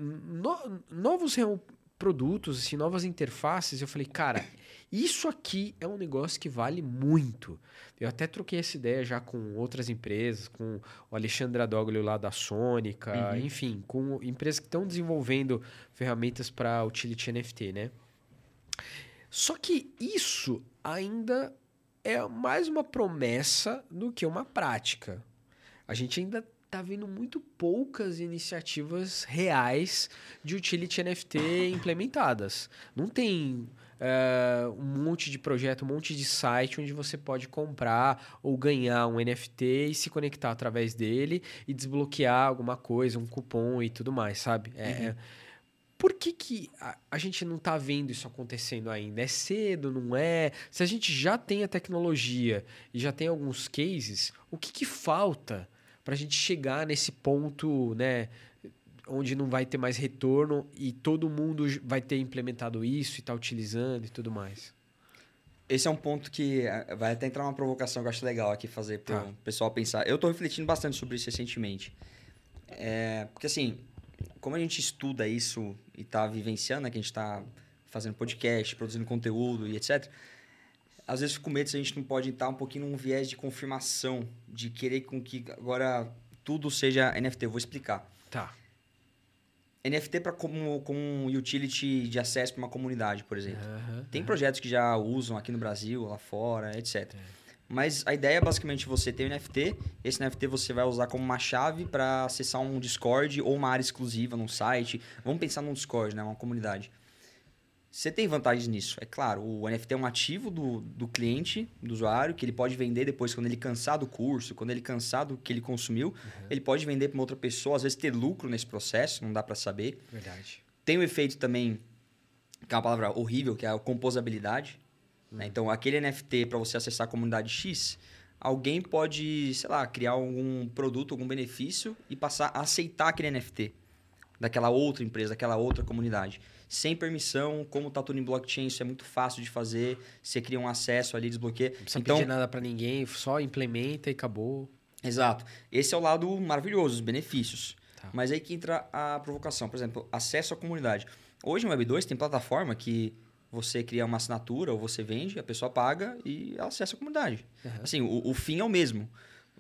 novos produtos, assim, novas interfaces, eu falei, cara, isso aqui é um negócio que vale muito. Eu até troquei essa ideia já com outras empresas, com o Alexandre Adoglio lá da Sônica, enfim, com empresas que estão desenvolvendo ferramentas para utility NFT, né? Só que isso ainda é mais uma promessa do que uma prática. A gente ainda está vendo muito poucas iniciativas reais de utility NFT implementadas. Não tem um monte de projeto, um monte de site onde você pode comprar ou ganhar um NFT e se conectar através dele e desbloquear alguma coisa, um cupom e tudo mais, sabe? Por que a gente não está vendo isso acontecendo ainda? É cedo, não é? Se a gente já tem a tecnologia e já tem alguns cases, o que falta para a gente chegar nesse ponto, né, onde não vai ter mais retorno e todo mundo vai ter implementado isso e está utilizando e tudo mais? Esse é um ponto que vai até entrar uma provocação que eu acho legal aqui fazer para o pessoal pensar. Eu estou refletindo bastante sobre isso recentemente. Porque assim, como a gente estuda isso e está vivenciando, né, que a gente está fazendo podcast, produzindo conteúdo e etc., às vezes fico com medo se a gente não pode estar um pouquinho num viés de confirmação, de querer com que agora tudo seja NFT. Eu vou explicar. Tá. NFT como utility de acesso para uma comunidade, por exemplo. Tem projetos que já usam aqui no Brasil, lá fora, etc. Mas a ideia é basicamente você ter um NFT, esse NFT você vai usar como uma chave para acessar um Discord ou uma área exclusiva num site. Vamos pensar num Discord, né? Uma comunidade. Você tem vantagens nisso, é claro. O NFT é um ativo do cliente, do usuário, que ele pode vender depois quando ele cansar do curso, quando ele cansar do que ele consumiu. Ele pode vender para uma outra pessoa, às vezes ter lucro nesse processo, não dá para saber. Verdade. Tem um efeito também, que é uma palavra horrível, que é a composabilidade. Né? Então, aquele NFT, para você acessar a comunidade X, alguém pode, sei lá, criar algum produto, algum benefício e passar a aceitar aquele NFT daquela outra empresa, daquela outra comunidade. Sem permissão, como está tudo em blockchain, isso é muito fácil de fazer. Você cria um acesso ali, desbloqueia. Não precisa pedir nada para ninguém, só implementa e acabou. Exato. Esse é o lado maravilhoso, os benefícios. Tá. Mas aí que entra a provocação. Por exemplo, acesso à comunidade. Hoje no Web2 tem plataforma que você cria uma assinatura ou você vende, a pessoa paga e ela acessa a comunidade. Assim, o fim é o mesmo.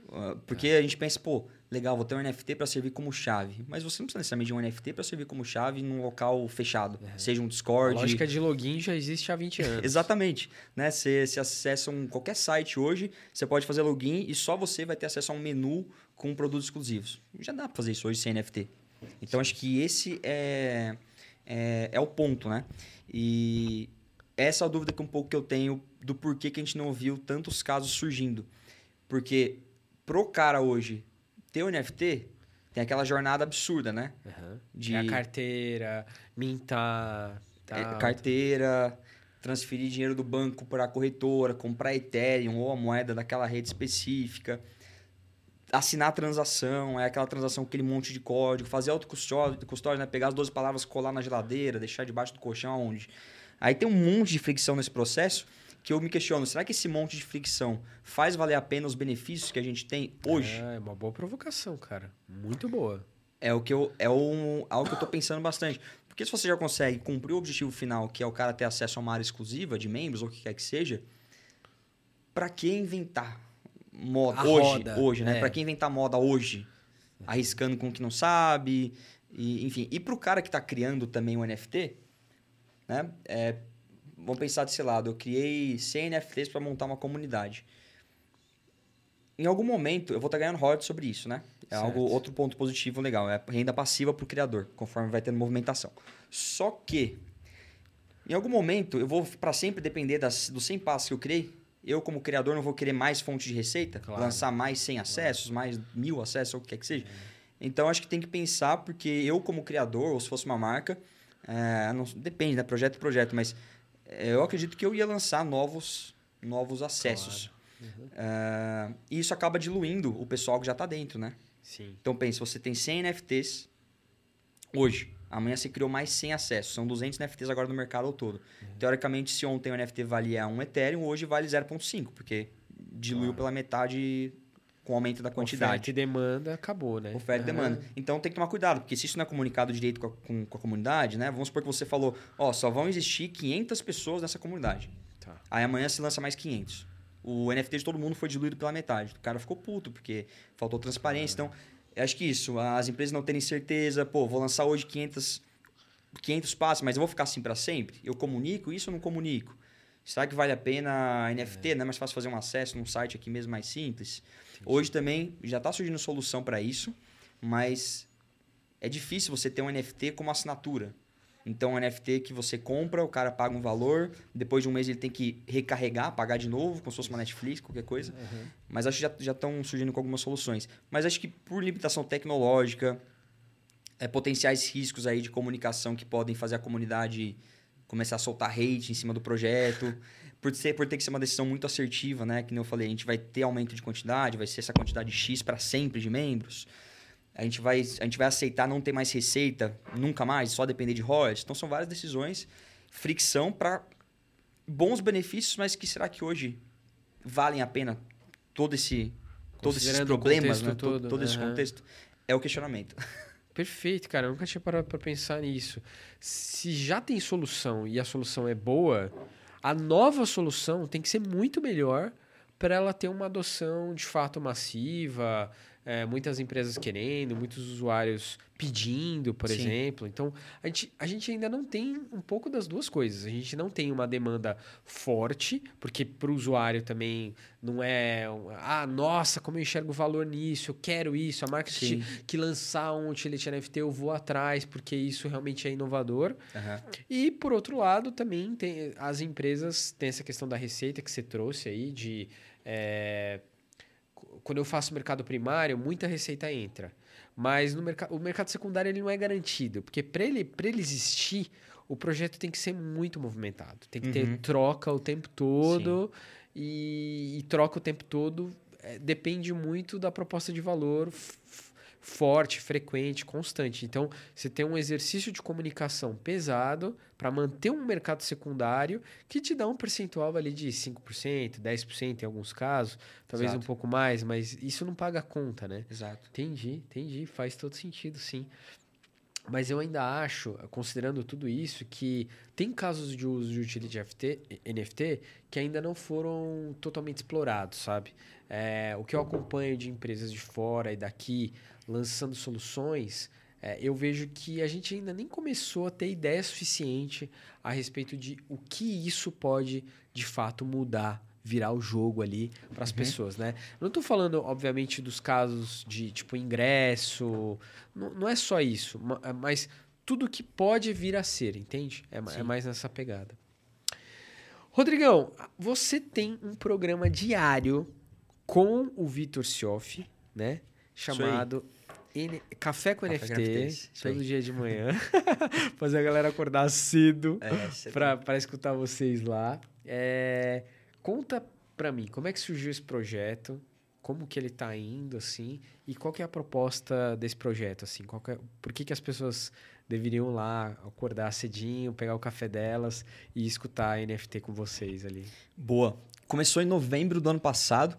Porque a gente pensa, pô, legal, vou ter um NFT para servir como chave. Mas você não precisa necessariamente de um NFT para servir como chave num local fechado. Seja um A Discord. lógica de login já existe há 20 anos. Exatamente. Né? Você acessa qualquer site hoje, você pode fazer login e só você vai ter acesso a um menu com produtos exclusivos. Já dá para fazer isso hoje sem NFT. Então, acho que esse é o ponto, né? E essa é a dúvida que um pouco que eu tenho do porquê que a gente não viu tantos casos surgindo. Porque pro cara hoje ter o NFT, tem aquela jornada absurda, né? De a carteira, mintar, tal. Carteira, transferir dinheiro do banco para a corretora, comprar Ethereum ou a moeda daquela rede específica, assinar a transação, é aquela transação com aquele monte de código, fazer autocustódia, né? Pegar as 12 palavras, colar na geladeira, deixar debaixo do colchão, aonde? Aí tem um monte de fricção nesse processo que eu me questiono, será que esse monte de fricção faz valer a pena os benefícios que a gente tem hoje? É uma boa provocação, cara. Muito boa. Algo que eu tô pensando bastante. Porque se você já consegue cumprir o objetivo final, que é o cara ter acesso a uma área exclusiva de membros, ou o que quer que seja, para que inventar moda hoje, né? Para que inventar moda hoje? Arriscando com o que não sabe, enfim. E para o cara que está criando também o NFT, né? Vamos pensar desse lado. Eu criei 100 NFTs para montar uma comunidade. Em algum momento, eu vou estar ganhando royalties sobre isso, né? Outro ponto positivo legal. É renda passiva para o criador, conforme vai tendo movimentação. Só que, em algum momento, eu vou para sempre depender dos 100 passos que eu criei. Eu, como criador, não vou querer mais fontes de receita, lançar mais 100 acessos, mais 1000 acessos, ou o que quer que seja. Então, acho que tem que pensar, porque eu, como criador, ou se fosse uma marca, depende, né? Projeto a projeto, mas eu acredito que eu ia lançar novos acessos. E isso acaba diluindo o pessoal que já está dentro, né? Sim. Então, pense, você tem 100 NFTs hoje. Amanhã você criou mais 100 acessos. São 200 NFTs agora no mercado ao todo. Teoricamente, se ontem o NFT valia 1 Ethereum, hoje vale 0,5, porque diluiu pela metade com o aumento da quantidade. Oferta e demanda, acabou, né? Oferta e demanda. Então, tem que tomar cuidado, porque se isso não é comunicado direito com a comunidade, né? Vamos supor que você falou, só vão existir 500 pessoas nessa comunidade. Tá. Aí amanhã se lança mais 500. O NFT de todo mundo foi diluído pela metade. O cara ficou puto, porque faltou transparência. Então, eu acho que isso, as empresas não terem certeza, vou lançar hoje 500 passos, mas eu vou ficar assim para sempre? Eu comunico isso ou não comunico? Será que vale a pena NFT? Não é mais fácil fazer um acesso num site aqui mesmo mais simples? Entendi. Hoje também já está surgindo solução para isso, mas é difícil você ter um NFT como assinatura. Então, um NFT que você compra, o cara paga um valor, depois de um mês ele tem que recarregar, pagar de novo, como se fosse uma Netflix, qualquer coisa. Mas acho que já estão surgindo com algumas soluções. Mas acho que por limitação tecnológica, potenciais riscos aí de comunicação que podem fazer a comunidade começar a soltar hate em cima do projeto, por ter que ser uma decisão muito assertiva, né? Que nem eu falei, a gente vai ter aumento de quantidade, vai ser essa quantidade X para sempre de membros. A gente vai aceitar não ter mais receita nunca mais, só depender de royalties. Então, são várias decisões, fricção para bons benefícios, mas que será que hoje valem a pena todos esses problemas, né? Todo esse contexto? É o questionamento. Perfeito, cara. Eu nunca tinha parado para pensar nisso. Se já tem solução e a solução é boa, a nova solução tem que ser muito melhor para ela ter uma adoção de fato massiva, muitas empresas querendo, muitos usuários pedindo, por exemplo. Então, a gente ainda não tem um pouco das duas coisas. A gente não tem uma demanda forte, porque para o usuário também não é... nossa, como eu enxergo valor nisso, eu quero isso. A marca que lançar um utility NFT, eu vou atrás, porque isso realmente é inovador. E, por outro lado, também as empresas têm essa questão da receita que você trouxe aí, de... quando eu faço mercado primário, muita receita entra. Mas o mercado secundário ele não é garantido. Porque para ele existir, o projeto tem que ser muito movimentado. Tem que ter troca o tempo todo. E troca o tempo todo depende muito da proposta de valor forte, frequente, constante. Então, você tem um exercício de comunicação pesado para manter um mercado secundário que te dá um percentual ali de 5%, 10% em alguns casos, talvez um pouco mais, mas isso não paga a conta, né? Exato. Entendi. Faz todo sentido, sim. Mas eu ainda acho, considerando tudo isso, que tem casos de uso de utility NFT que ainda não foram totalmente explorados, sabe? O que eu acompanho de empresas de fora e daqui lançando soluções, eu vejo que a gente ainda nem começou a ter ideia suficiente a respeito de o que isso pode, de fato, mudar, virar o jogo ali para as pessoas, né? Não estou falando, obviamente, dos casos de, tipo, ingresso. Não é só isso, mas tudo que pode vir a ser, entende? É mais nessa pegada. Rodrigão, você tem um programa diário com o Vitor Sioff, né? Chamado Café com NFT, todo dia de manhã. Fazer a galera acordar cedo para escutar vocês lá. Conta pra mim, como é que surgiu esse projeto? Como que ele tá indo, assim? E qual que é a proposta desse projeto, assim? Por que as pessoas deveriam lá acordar cedinho, pegar o café delas e escutar a NFT com vocês ali? Boa. Começou em novembro do ano passado.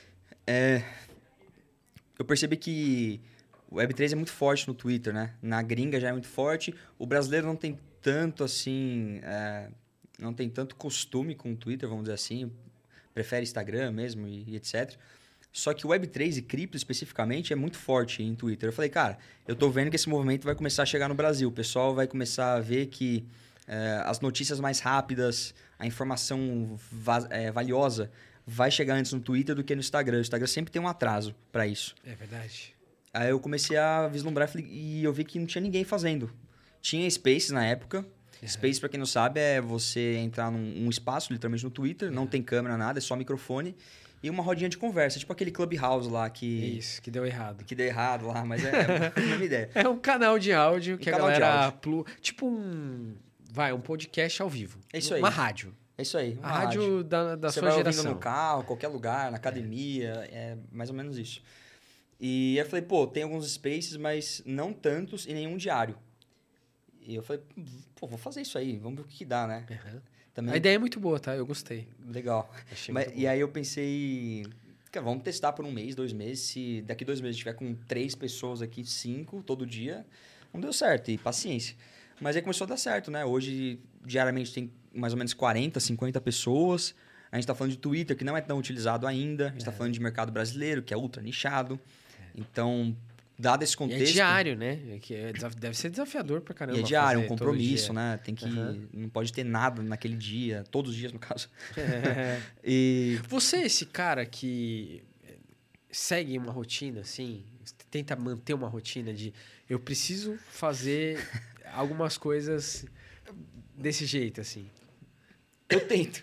Eu percebi que o Web3 é muito forte no Twitter, né? Na gringa já é muito forte. O brasileiro não tem tanto, assim... não tem tanto costume com o Twitter, vamos dizer assim. Prefere Instagram mesmo e etc. Só que o Web3 e cripto especificamente é muito forte em Twitter. Eu falei, cara, eu tô vendo que esse movimento vai começar a chegar no Brasil. O pessoal vai começar a ver que as notícias mais rápidas, a informação valiosa vai chegar antes no Twitter do que no Instagram. O Instagram sempre tem um atraso para isso. É verdade. Aí eu comecei a vislumbrar e eu vi que não tinha ninguém fazendo. Tinha Spaces na época. Space, para quem não sabe, é você entrar num espaço, literalmente no Twitter, não tem câmera, nada, é só microfone e uma rodinha de conversa, tipo aquele Clubhouse lá que... Isso, que deu errado. Que deu errado lá, mas é a mesma ideia. É um canal de áudio que a galera... Tipo um podcast ao vivo. É isso aí. Uma rádio. É isso aí. A rádio da você sua vai geração. Ouvindo no carro, qualquer lugar, na academia, é mais ou menos isso. E eu falei, pô, tem alguns Spaces, mas não tantos e nenhum diário. E eu falei, pô, vou fazer isso aí, vamos ver o que dá, né? Uhum. Também... A ideia é muito boa, tá? Eu gostei. Legal. E aí eu pensei, cara, vamos testar por 1 mês, 2 meses. Se daqui 2 meses tiver com 3 pessoas aqui, 5, todo dia, não deu certo. E paciência. Mas aí começou a dar certo, né? Hoje, diariamente, tem mais ou menos 40, 50 pessoas. A gente tá falando de Twitter, que não é tão utilizado ainda. A gente tá falando de mercado brasileiro, que é ultra nichado. Então... Dado esse contexto... E é diário, né? Deve ser desafiador pra caramba. E é diário, um compromisso, né? Tem que... Não pode ter nada naquele dia, todos os dias, no caso. E... Você é esse cara que segue uma rotina, assim? Tenta manter uma rotina de... Eu preciso fazer algumas coisas desse jeito, assim. Eu tento.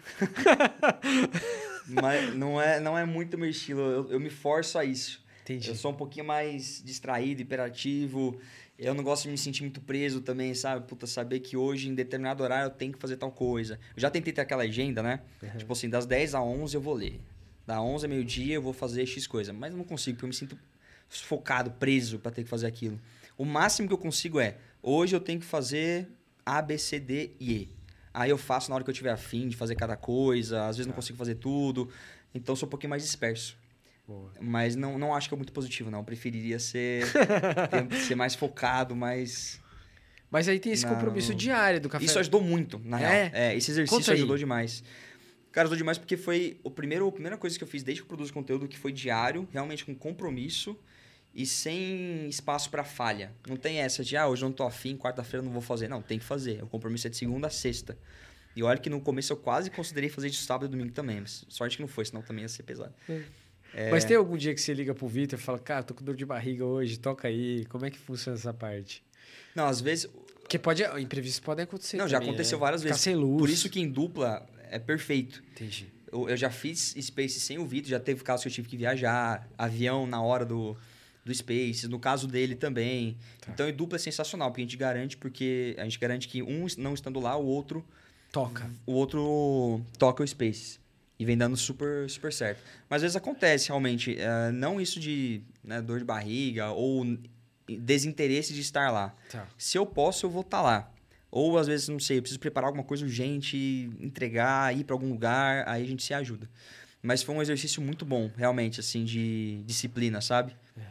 Mas não é muito meu estilo. Eu me forço a isso. Entendi. Eu sou um pouquinho mais distraído, hiperativo. Eu não gosto de me sentir muito preso também, sabe? Puta, saber que hoje, em determinado horário, eu tenho que fazer tal coisa. Eu já tentei ter aquela agenda, né? Uhum. Tipo assim, das 10 às 11 eu vou ler. Da 11 a meio-dia eu vou fazer X coisa. Mas eu não consigo, porque eu me sinto focado, preso para ter que fazer aquilo. O máximo que eu consigo é, hoje eu tenho que fazer A, B, C, D e E. Aí eu faço na hora que eu tiver afim de fazer cada coisa. Às vezes não consigo fazer tudo. Então eu sou um pouquinho mais disperso. Boa. Mas não acho que é muito positivo, não. Eu preferiria ser mais focado, mais... Mas aí tem esse compromisso diário do café. Isso ajudou muito, na real. Esse exercício ajudou demais. Cara, ajudou demais porque foi a primeira coisa que eu fiz desde que eu produzo conteúdo, que foi diário, realmente com compromisso e sem espaço para falha. Não tem essa de, hoje eu não tô afim, quarta-feira não vou fazer. Não, tem que fazer. O compromisso é de segunda a sexta. E olha que no começo eu quase considerei fazer de sábado e domingo também. Mas sorte que não foi, senão também ia ser pesado. Mas tem algum dia que você liga pro Vitor e fala, cara, tô com dor de barriga hoje, toca aí. Como é que funciona essa parte? Não, às vezes... Porque imprevistos podem acontecer. Não, também, já aconteceu várias vezes. Sem luz. Por isso que em dupla é perfeito. Entendi. Eu já fiz Space sem o Vitor, já teve casos que eu tive que viajar, avião na hora do Space, no caso dele também. Tá. Então, em dupla é sensacional, porque a gente garante que um não estando lá, o outro... Toca. O outro toca o Space. E vem dando super, super certo. Mas às vezes acontece, realmente, não isso de dor de barriga ou desinteresse de estar lá. Tá. Se eu posso, eu vou estar lá. Ou às vezes, não sei, eu preciso preparar alguma coisa urgente, entregar, ir para algum lugar, aí a gente se ajuda. Mas foi um exercício muito bom, realmente, assim, de disciplina, sabe? Uhum.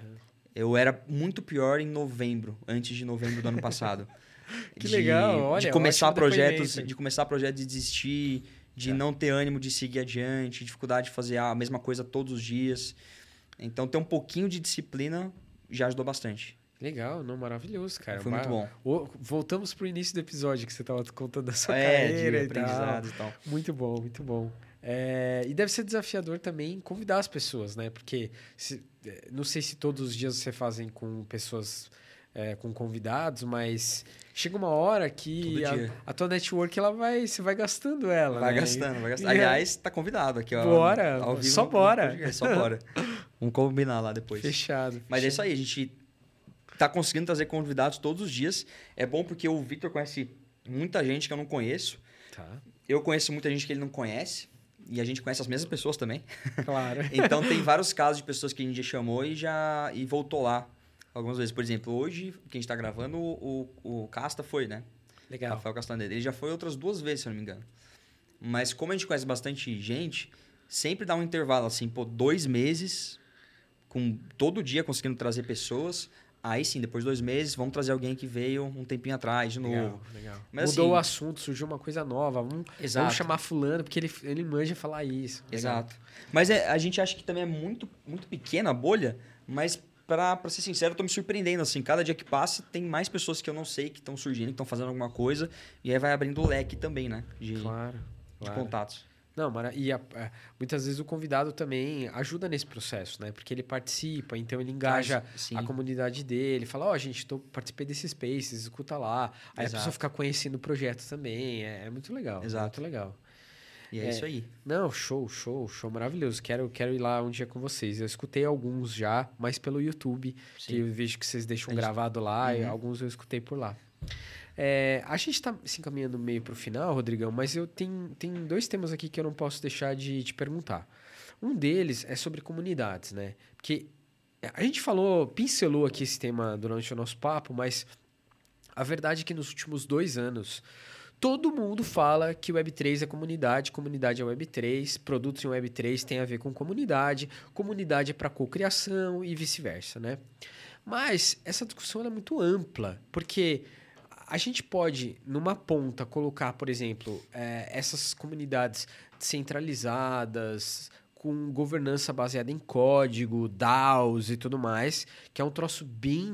Eu era muito pior em novembro, antes de novembro do ano passado. Que legal, olha, de começar projetos, depoimento. de começar projetos de desistir, de não ter ânimo de seguir adiante, dificuldade de fazer a mesma coisa todos os dias. Então, ter um pouquinho de disciplina já ajudou bastante. Legal, não, maravilhoso, cara. Foi muito bom. Voltamos pro início do episódio que você estava contando da sua De carreira e aprendizado e tal. Muito bom, muito bom. E deve ser desafiador também convidar as pessoas, né? Porque não sei se todos os dias você fazem com pessoas, com convidados, mas chega uma hora que a tua network você vai gastando ela. Vai né? gastando, vai gastando. Aliás, tá convidado aqui, ó. Bora, ao vivo só bora. Só bora. Vamos combinar lá depois. Fechado. Mas é isso aí, a gente tá conseguindo trazer convidados todos os dias. É bom porque o Victor conhece muita gente que eu não conheço. Tá. Eu conheço muita gente que ele não conhece. E a gente conhece as mesmas pessoas também. Claro. Então, tem vários casos de pessoas que a gente já chamou e voltou lá algumas vezes. Por exemplo, hoje, que a gente tá gravando, o Casta foi, né? Legal. Rafael Castaneda. Ele já foi outras 2 vezes, se eu não me engano. Mas como a gente conhece bastante gente, sempre dá um intervalo, assim, 2 meses, com todo dia conseguindo trazer pessoas. Aí sim, depois de 2 meses, vamos trazer alguém que veio um tempinho atrás de novo. Legal. Mas, mudou assim, o assunto, surgiu uma coisa nova. Vamos chamar fulano, porque ele manja falar isso. Exato. Mas a gente acha que também é muito, muito pequena a bolha, mas pra ser sincero, eu tô me surpreendendo, assim. Cada dia que passa, tem mais pessoas que eu não sei que estão surgindo, que estão fazendo alguma coisa. E aí vai abrindo o leque também, né? De contatos. Não, muitas vezes o convidado também ajuda nesse processo, né? Porque ele participa, então ele engaja a comunidade dele, fala, gente, participei desse Spaces, escuta lá. Aí a pessoa fica conhecendo o projeto também. É muito legal. Exato. Muito legal. E é isso aí. Não, show, maravilhoso. Quero ir lá um dia com vocês. Eu escutei alguns já, mas pelo YouTube, que eu vejo que vocês deixam gravado lá, e alguns eu escutei por lá. A gente está se encaminhando meio para o final, Rodrigão, mas eu tenho 2 temas aqui que eu não posso deixar de te perguntar. Um deles é sobre comunidades, né? Porque a gente pincelou aqui esse tema durante o nosso papo, mas a verdade é que nos últimos 2 anos, todo mundo fala que Web3 é comunidade é Web3, produtos em Web3 tem a ver com comunidade é para cocriação e vice-versa, né? Mas essa discussão é muito ampla, porque a gente pode, numa ponta, colocar, por exemplo, essas comunidades centralizadas, com governança baseada em código, DAOs e tudo mais, que é um troço bem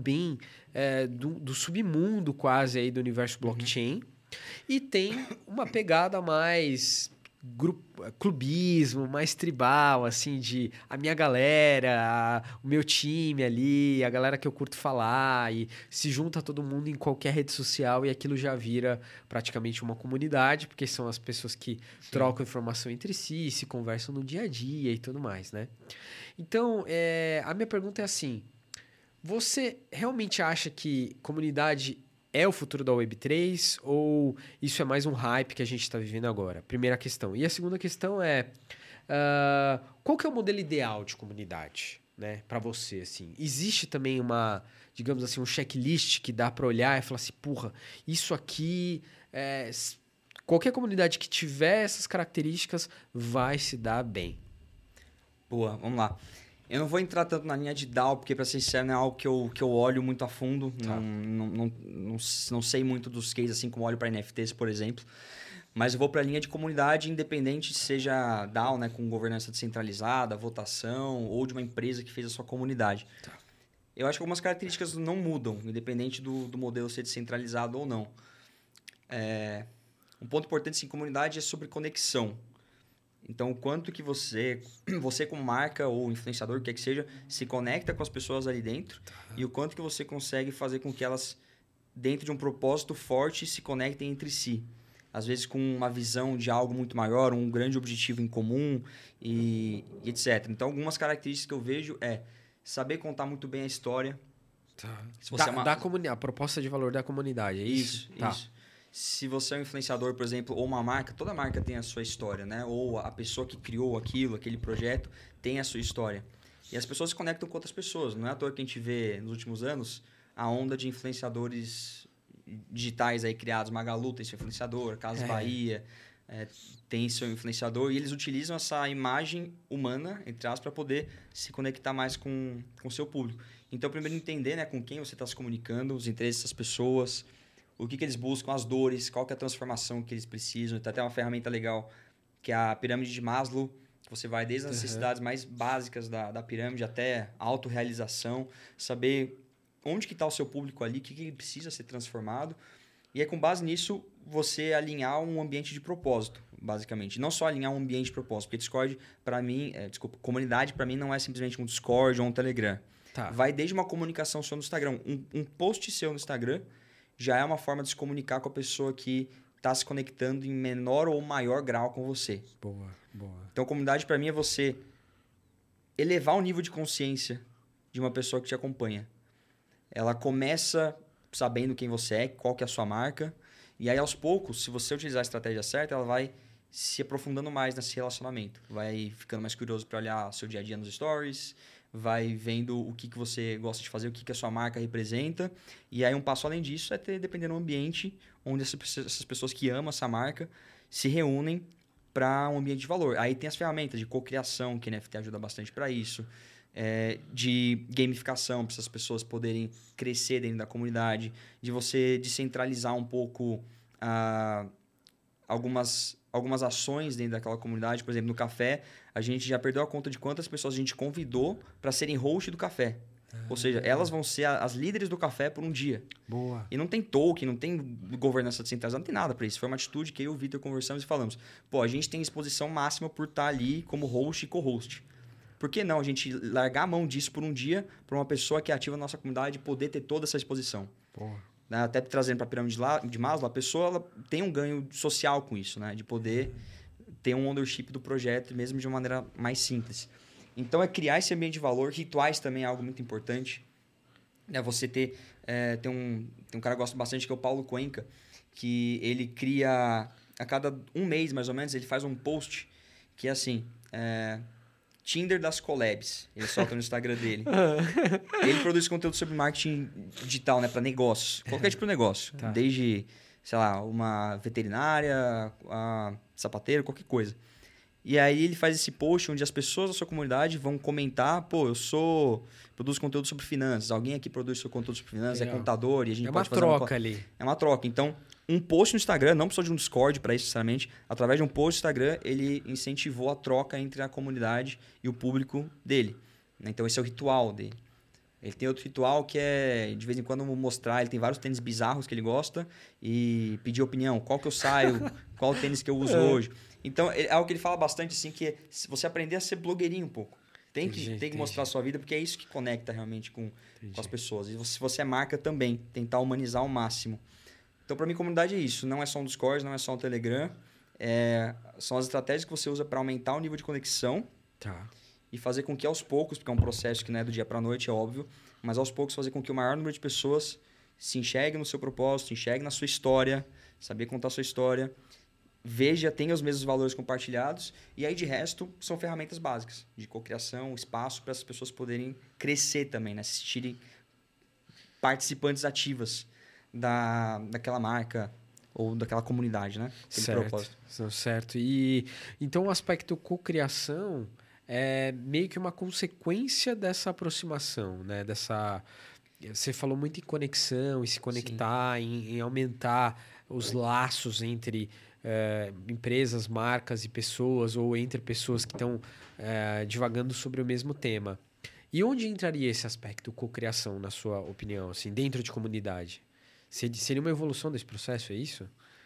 do submundo quase aí do universo blockchain. E tem uma pegada mais clubismo, mais tribal, assim, de a minha galera, o meu time ali, a galera que eu curto falar, e se junta todo mundo em qualquer rede social e aquilo já vira praticamente uma comunidade, porque são as pessoas que trocam informação entre si, se conversam no dia a dia e tudo mais, né? Então, a minha pergunta é assim, você realmente acha que comunidade é o futuro da Web3 ou isso é mais um hype que a gente está vivendo agora? Primeira questão. E a segunda questão é, qual que é o modelo ideal de comunidade, né, para você? Assim? Existe também digamos assim, um checklist que dá para olhar e falar assim, porra, isso aqui, qualquer comunidade que tiver essas características vai se dar bem. Boa, vamos lá. Eu não vou entrar tanto na linha de DAO, porque, para ser sincero, não é algo que eu olho muito a fundo. Tá. Não sei muito dos cases, assim como olho para NFTs, por exemplo. Mas eu vou para a linha de comunidade, independente seja DAO, né, com governança descentralizada, votação, ou de uma empresa que fez a sua comunidade. Tá. Eu acho que algumas características não mudam, independente do modelo ser descentralizado ou não. Um ponto importante em comunidade é sobre conexão. Então, o quanto que você como marca ou influenciador, o que é que seja, se conecta com as pessoas ali dentro e o quanto que você consegue fazer com que elas, dentro de um propósito forte, se conectem entre si. Às vezes com uma visão de algo muito maior, um grande objetivo em comum e etc. Então, algumas características que eu vejo é saber contar muito bem a história. Tá. A proposta de valor da comunidade, é isso? Isso. Se você é um influenciador, por exemplo, ou uma marca, toda marca tem a sua história, né? Ou a pessoa que criou aquele projeto, tem a sua história. E as pessoas se conectam com outras pessoas. Não é à toa que a gente vê, nos últimos anos, a onda de influenciadores digitais aí criados. Magalu tem seu influenciador, Casas Bahia, tem seu influenciador e eles utilizam essa imagem humana, entre aspas, para poder se conectar mais com o seu público. Então, primeiro entender, né, com quem você está se comunicando, os interesses das pessoas, o que eles buscam, as dores, qual que é a transformação que eles precisam. Tem até uma ferramenta legal, que é a pirâmide de Maslow, que você vai desde as necessidades mais básicas da pirâmide até a autorrealização, saber onde que está o seu público ali, o que ele precisa ser transformado. E é com base nisso, você alinhar um ambiente de propósito, basicamente. Não só alinhar um ambiente de propósito, porque Discord, para mim... comunidade, para mim, não é simplesmente um Discord ou um Telegram. Tá. Vai desde uma comunicação sua no Instagram. Um post seu no Instagram já é uma forma de se comunicar com a pessoa que está se conectando em menor ou maior grau com você. Boa. Então, comunidade, para mim, é você elevar o nível de consciência de uma pessoa que te acompanha. Ela começa sabendo quem você é, qual que é a sua marca. E aí, aos poucos, se você utilizar a estratégia certa, ela vai se aprofundando mais nesse relacionamento. Vai ficando mais curioso para olhar seu dia a dia nos stories, vai vendo o que você gosta de fazer, o que a sua marca representa. E aí, um passo além disso é dependendo do ambiente onde essas pessoas que amam essa marca se reúnem para um ambiente de valor. Aí tem as ferramentas de cocriação, que NFT ajuda bastante para isso. De gamificação, para essas pessoas poderem crescer dentro da comunidade, de você descentralizar um pouco algumas ações dentro daquela comunidade. Por exemplo, no café, a gente já perdeu a conta de quantas pessoas a gente convidou para serem host do café. Ou seja, elas vão ser as líderes do café por um dia. Boa. E não tem token, não tem governança descentralizada, não tem nada para isso. Foi uma atitude que eu e o Vitor conversamos e falamos. A gente tem exposição máxima por estar ali como host e co-host. Por que não a gente largar a mão disso por um dia para uma pessoa que é ativa na nossa comunidade poder ter toda essa exposição? Até trazendo para a pirâmide de Maslow, a pessoa ela tem um ganho social com isso, né? De poder ter um ownership do projeto, mesmo de uma maneira mais simples. Então, é criar esse ambiente de valor. Rituais também é algo muito importante. Você ter... tem um cara que eu gosto bastante, que é o Paulo Cuenca, que ele cria... A cada um mês, mais ou menos, ele faz um post que é assim... Tinder das collabs. Ele solta no Instagram dele. Ele produz conteúdo sobre marketing digital, né? Para negócios. Qualquer tipo de negócio. Tá. Desde, sei lá, uma veterinária, sapateiro, qualquer coisa. E aí ele faz esse post onde as pessoas da sua comunidade vão comentar, eu produzo conteúdo sobre finanças. Alguém aqui produz seu conteúdo sobre finanças, Legal. É contador e a gente É pode uma fazer troca ali. É uma troca. Então, um post no Instagram, não precisa de um Discord para isso, sinceramente. Através de um post no Instagram, ele incentivou a troca entre a comunidade e o público dele. Então, esse é o ritual dele. Ele tem outro ritual que é, de vez em quando, mostrar. Ele tem vários tênis bizarros que ele gosta e pedir opinião. Qual que eu saio? Qual o tênis que eu uso hoje? Então, é algo que ele fala bastante, assim, que se você aprender a ser blogueirinho um pouco. Tem que mostrar a sua vida, porque é isso que conecta realmente com as pessoas. E se você é marca também, tentar humanizar ao máximo. Então, para mim, comunidade é isso. Não é só um Discord, não é só um Telegram. São as estratégias que você usa para aumentar o nível de conexão. Tá. E fazer com que aos poucos, porque é um processo que não é do dia para a noite, é óbvio, mas aos poucos fazer com que o maior número de pessoas se enxergue no seu propósito, se enxergue na sua história, saber contar a sua história, tenha os mesmos valores compartilhados, e aí de resto são ferramentas básicas de cocriação, espaço para essas pessoas poderem crescer também, né? Se sentirem participantes ativas daquela marca ou daquela comunidade, né? Certo. E então o aspecto cocriação é meio que uma consequência dessa aproximação, né? Você falou muito em conexão, em se conectar, em aumentar os laços entre empresas, marcas e pessoas, ou entre pessoas que estão divagando sobre o mesmo tema. E onde entraria esse aspecto cocriação, na sua opinião, assim, dentro de comunidade? Seria uma evolução desse processo, é isso?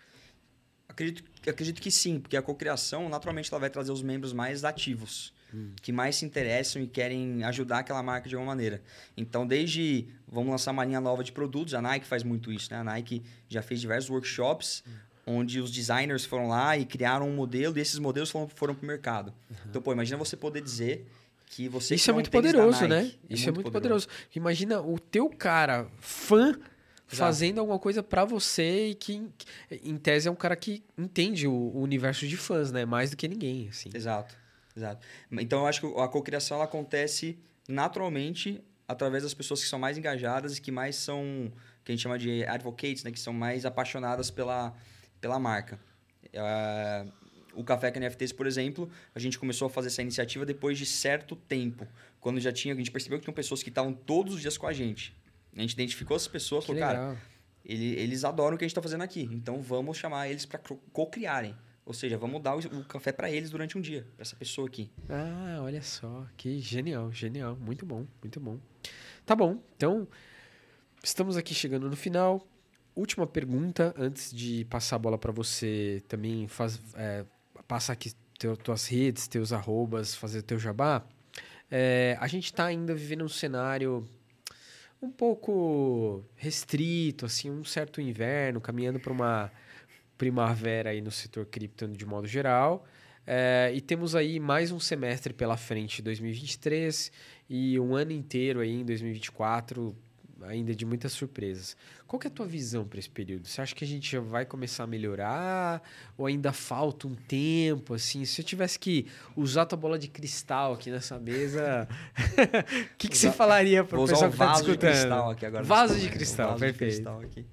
Acredito que sim, porque a cocriação, naturalmente, ela vai trazer os membros mais ativos, que mais se interessam e querem ajudar aquela marca de alguma maneira. Então, vamos lançar uma linha nova de produtos, a Nike faz muito isso, né? A Nike já fez diversos workshops, onde os designers foram lá e criaram um modelo, e esses modelos foram para o mercado. Então, imagina você poder dizer que você... Isso é muito poderoso, né? Isso é muito poderoso. Imagina o teu cara, fã, fazendo alguma coisa pra você e que, em tese, é um cara que entende o universo de fãs, né? Mais do que ninguém, assim. Exato. Então, eu acho que a cocriação ela acontece naturalmente através das pessoas que são mais engajadas e que mais são, que a gente chama de advocates, né? Que são mais apaixonadas pela marca. O Café com NFTs, por exemplo, a gente começou a fazer essa iniciativa depois de certo tempo. Quando a gente percebeu que tinham pessoas que estavam todos os dias com a gente. A gente identificou essas pessoas e falou, cara, eles adoram o que a gente está fazendo aqui. Então, vamos chamar eles para co-criarem. Ou seja, vamos dar o café para eles durante um dia, para essa pessoa aqui. Ah, olha só, que genial, genial. Muito bom, muito bom. Tá bom, então, estamos aqui chegando no final. Última pergunta, antes de passar a bola para você também passar aqui tuas redes, teus arrobas, fazer teu jabá. A gente está ainda vivendo um cenário um pouco restrito, assim, um certo inverno, caminhando para uma primavera aí no setor cripto de modo geral. E temos aí mais um semestre pela frente, 2023, e um ano inteiro aí em 2024, ainda de muitas surpresas. Qual que é a tua visão para esse período? Você acha que a gente já vai começar a melhorar ou ainda falta um tempo? Assim, se eu tivesse que usar tua bola de cristal aqui nessa mesa, o que você falaria para o pessoal que está discutindo? Vaso de cristal aqui agora. Vaso de cristal, vaso perfeito. De cristal aqui.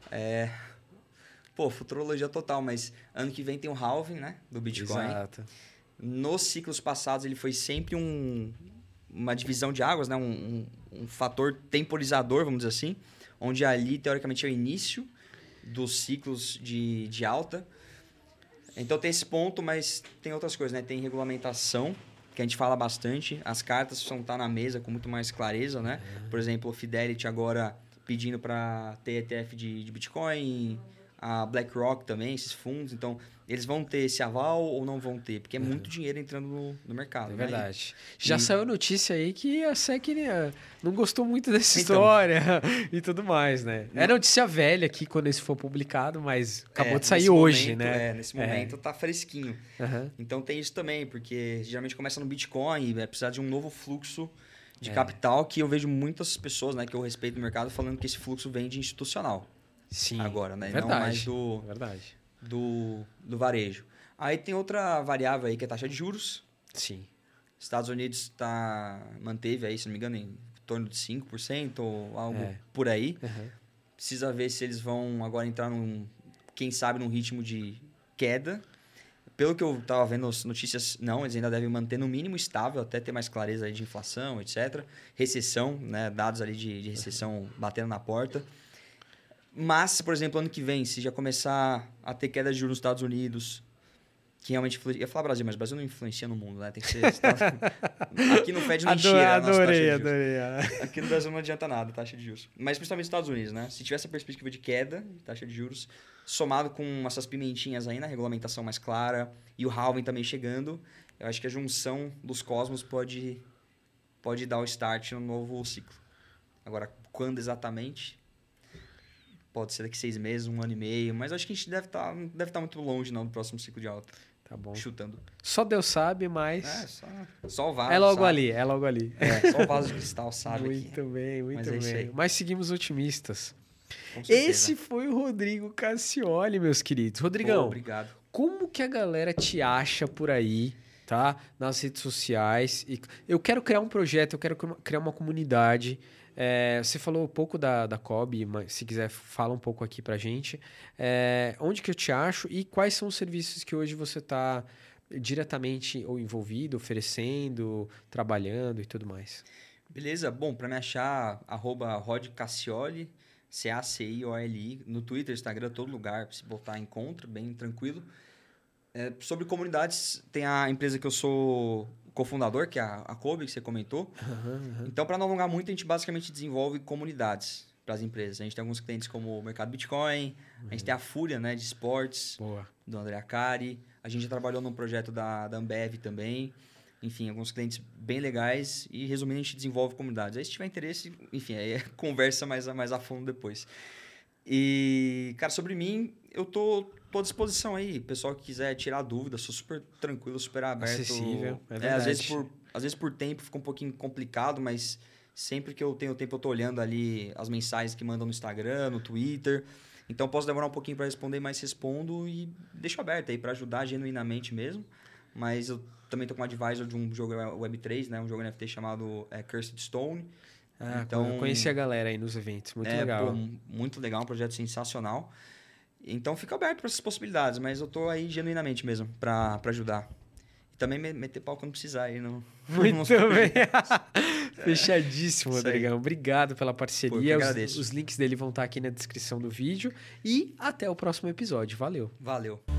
Futurologia total, mas ano que vem tem o halving, né, do Bitcoin. Exato. Nos ciclos passados ele foi sempre uma divisão de águas, né, um fator temporizador, vamos dizer assim, onde ali, teoricamente, é o início dos ciclos de alta. Então tem esse ponto, mas tem outras coisas, né? Tem regulamentação, que a gente fala bastante. As cartas precisam estar na mesa com muito mais clareza, né? Por exemplo, o Fidelity agora pedindo para ter ETF de Bitcoin, a BlackRock também, esses fundos. Então, eles vão ter esse aval ou não vão ter? Porque é muito dinheiro entrando no mercado. É verdade. Né? Já saiu notícia aí que a SEC não gostou muito dessa história e tudo mais, né? É notícia velha aqui quando isso for publicado, mas acabou de sair hoje, momento, né? Nesse momento tá fresquinho. Então tem isso também, porque geralmente começa no Bitcoin e vai precisar de um novo fluxo de capital, que eu vejo muitas pessoas, né, que eu respeito no mercado, falando que esse fluxo vem de institucional. Sim. Agora, né? Verdade. Não mais do varejo. Aí tem outra variável aí, que é a taxa de juros. Sim. Estados Unidos manteve aí, se não me engano, em torno de 5% ou algo por aí. Precisa ver se eles vão agora entrar quem sabe, num ritmo de queda. Pelo que eu estava vendo as notícias, não, eles ainda devem manter no mínimo estável, até ter mais clareza aí de inflação, etc. Recessão, né? Dados ali de recessão batendo na porta. Mas, por exemplo, ano que vem, se já começar a ter queda de juros nos Estados Unidos, que realmente influencia... Ia falar Brasil, mas o Brasil não influencia no mundo, né? Tem que ser... Aqui não fede mentira a nossa taxa de juros. Adorei. Aqui no Brasil não adianta nada a taxa de juros. Mas principalmente nos Estados Unidos, né? Se tiver essa perspectiva de queda de taxa de juros, somado com essas pimentinhas aí, na regulamentação mais clara, e o halving também chegando, eu acho que a junção dos cosmos pode dar o start no novo ciclo. Agora, quando exatamente... Pode ser daqui 6 meses, 1 ano e meio. Mas acho que a gente deve estar muito longe não do próximo ciclo de alta. Tá bom. Chutando. Só Deus sabe, mas... Só o vaso. É logo sabe. ali. Só o vaso de cristal, sabe? Muito bem. Mas Mas seguimos otimistas. Com certeza. Esse foi o Rodrigo Cassioli, meus queridos. Rodrigão, obrigado. Como que a galera te acha por aí, tá? Nas redes sociais. Eu quero criar um projeto, eu quero criar uma comunidade. Você falou um pouco da COB, mas se quiser, fala um pouco aqui pra gente. Onde que eu te acho e quais são os serviços que hoje você está diretamente ou envolvido, oferecendo, trabalhando e tudo mais? Beleza. Bom, para me achar, @rodcassioli, CACIOLI, no Twitter, Instagram, todo lugar, se botar encontra, bem tranquilo. Sobre comunidades, tem a empresa que eu sou cofundador, que é a COB, que você comentou. Então, para não alongar muito, a gente basicamente desenvolve comunidades para as empresas. A gente tem alguns clientes como o Mercado Bitcoin, a gente tem a Fúria, né, de esportes, do André Acari. A gente já trabalhou num projeto da Ambev também. Enfim, alguns clientes bem legais e, resumindo, a gente desenvolve comunidades. Aí, se tiver interesse, enfim, aí conversa mais a fundo depois. E, cara, sobre mim, eu tô à disposição aí. Pessoal que quiser tirar dúvida, sou super tranquilo, super aberto. Acessível, é verdade. Às vezes por tempo fica um pouquinho complicado, mas sempre que eu tenho tempo eu tô olhando ali as mensagens que mandam no Instagram, no Twitter. Então posso demorar um pouquinho para responder, mas respondo e deixo aberto aí para ajudar genuinamente mesmo. Mas eu também tô com um advisor de um jogo Web3, né? Um jogo NFT chamado Cursed Stone. Então, eu conheci a galera aí nos eventos, muito legal. Muito legal, um projeto sensacional. Então, fica aberto para essas possibilidades, mas eu tô aí genuinamente mesmo para ajudar. E também meter pau quando precisar aí. Muito bem. Fechadíssimo, Rodrigão. Obrigado pela parceria. Os links dele vão estar aqui na descrição do vídeo. E até o próximo episódio. Valeu. Valeu.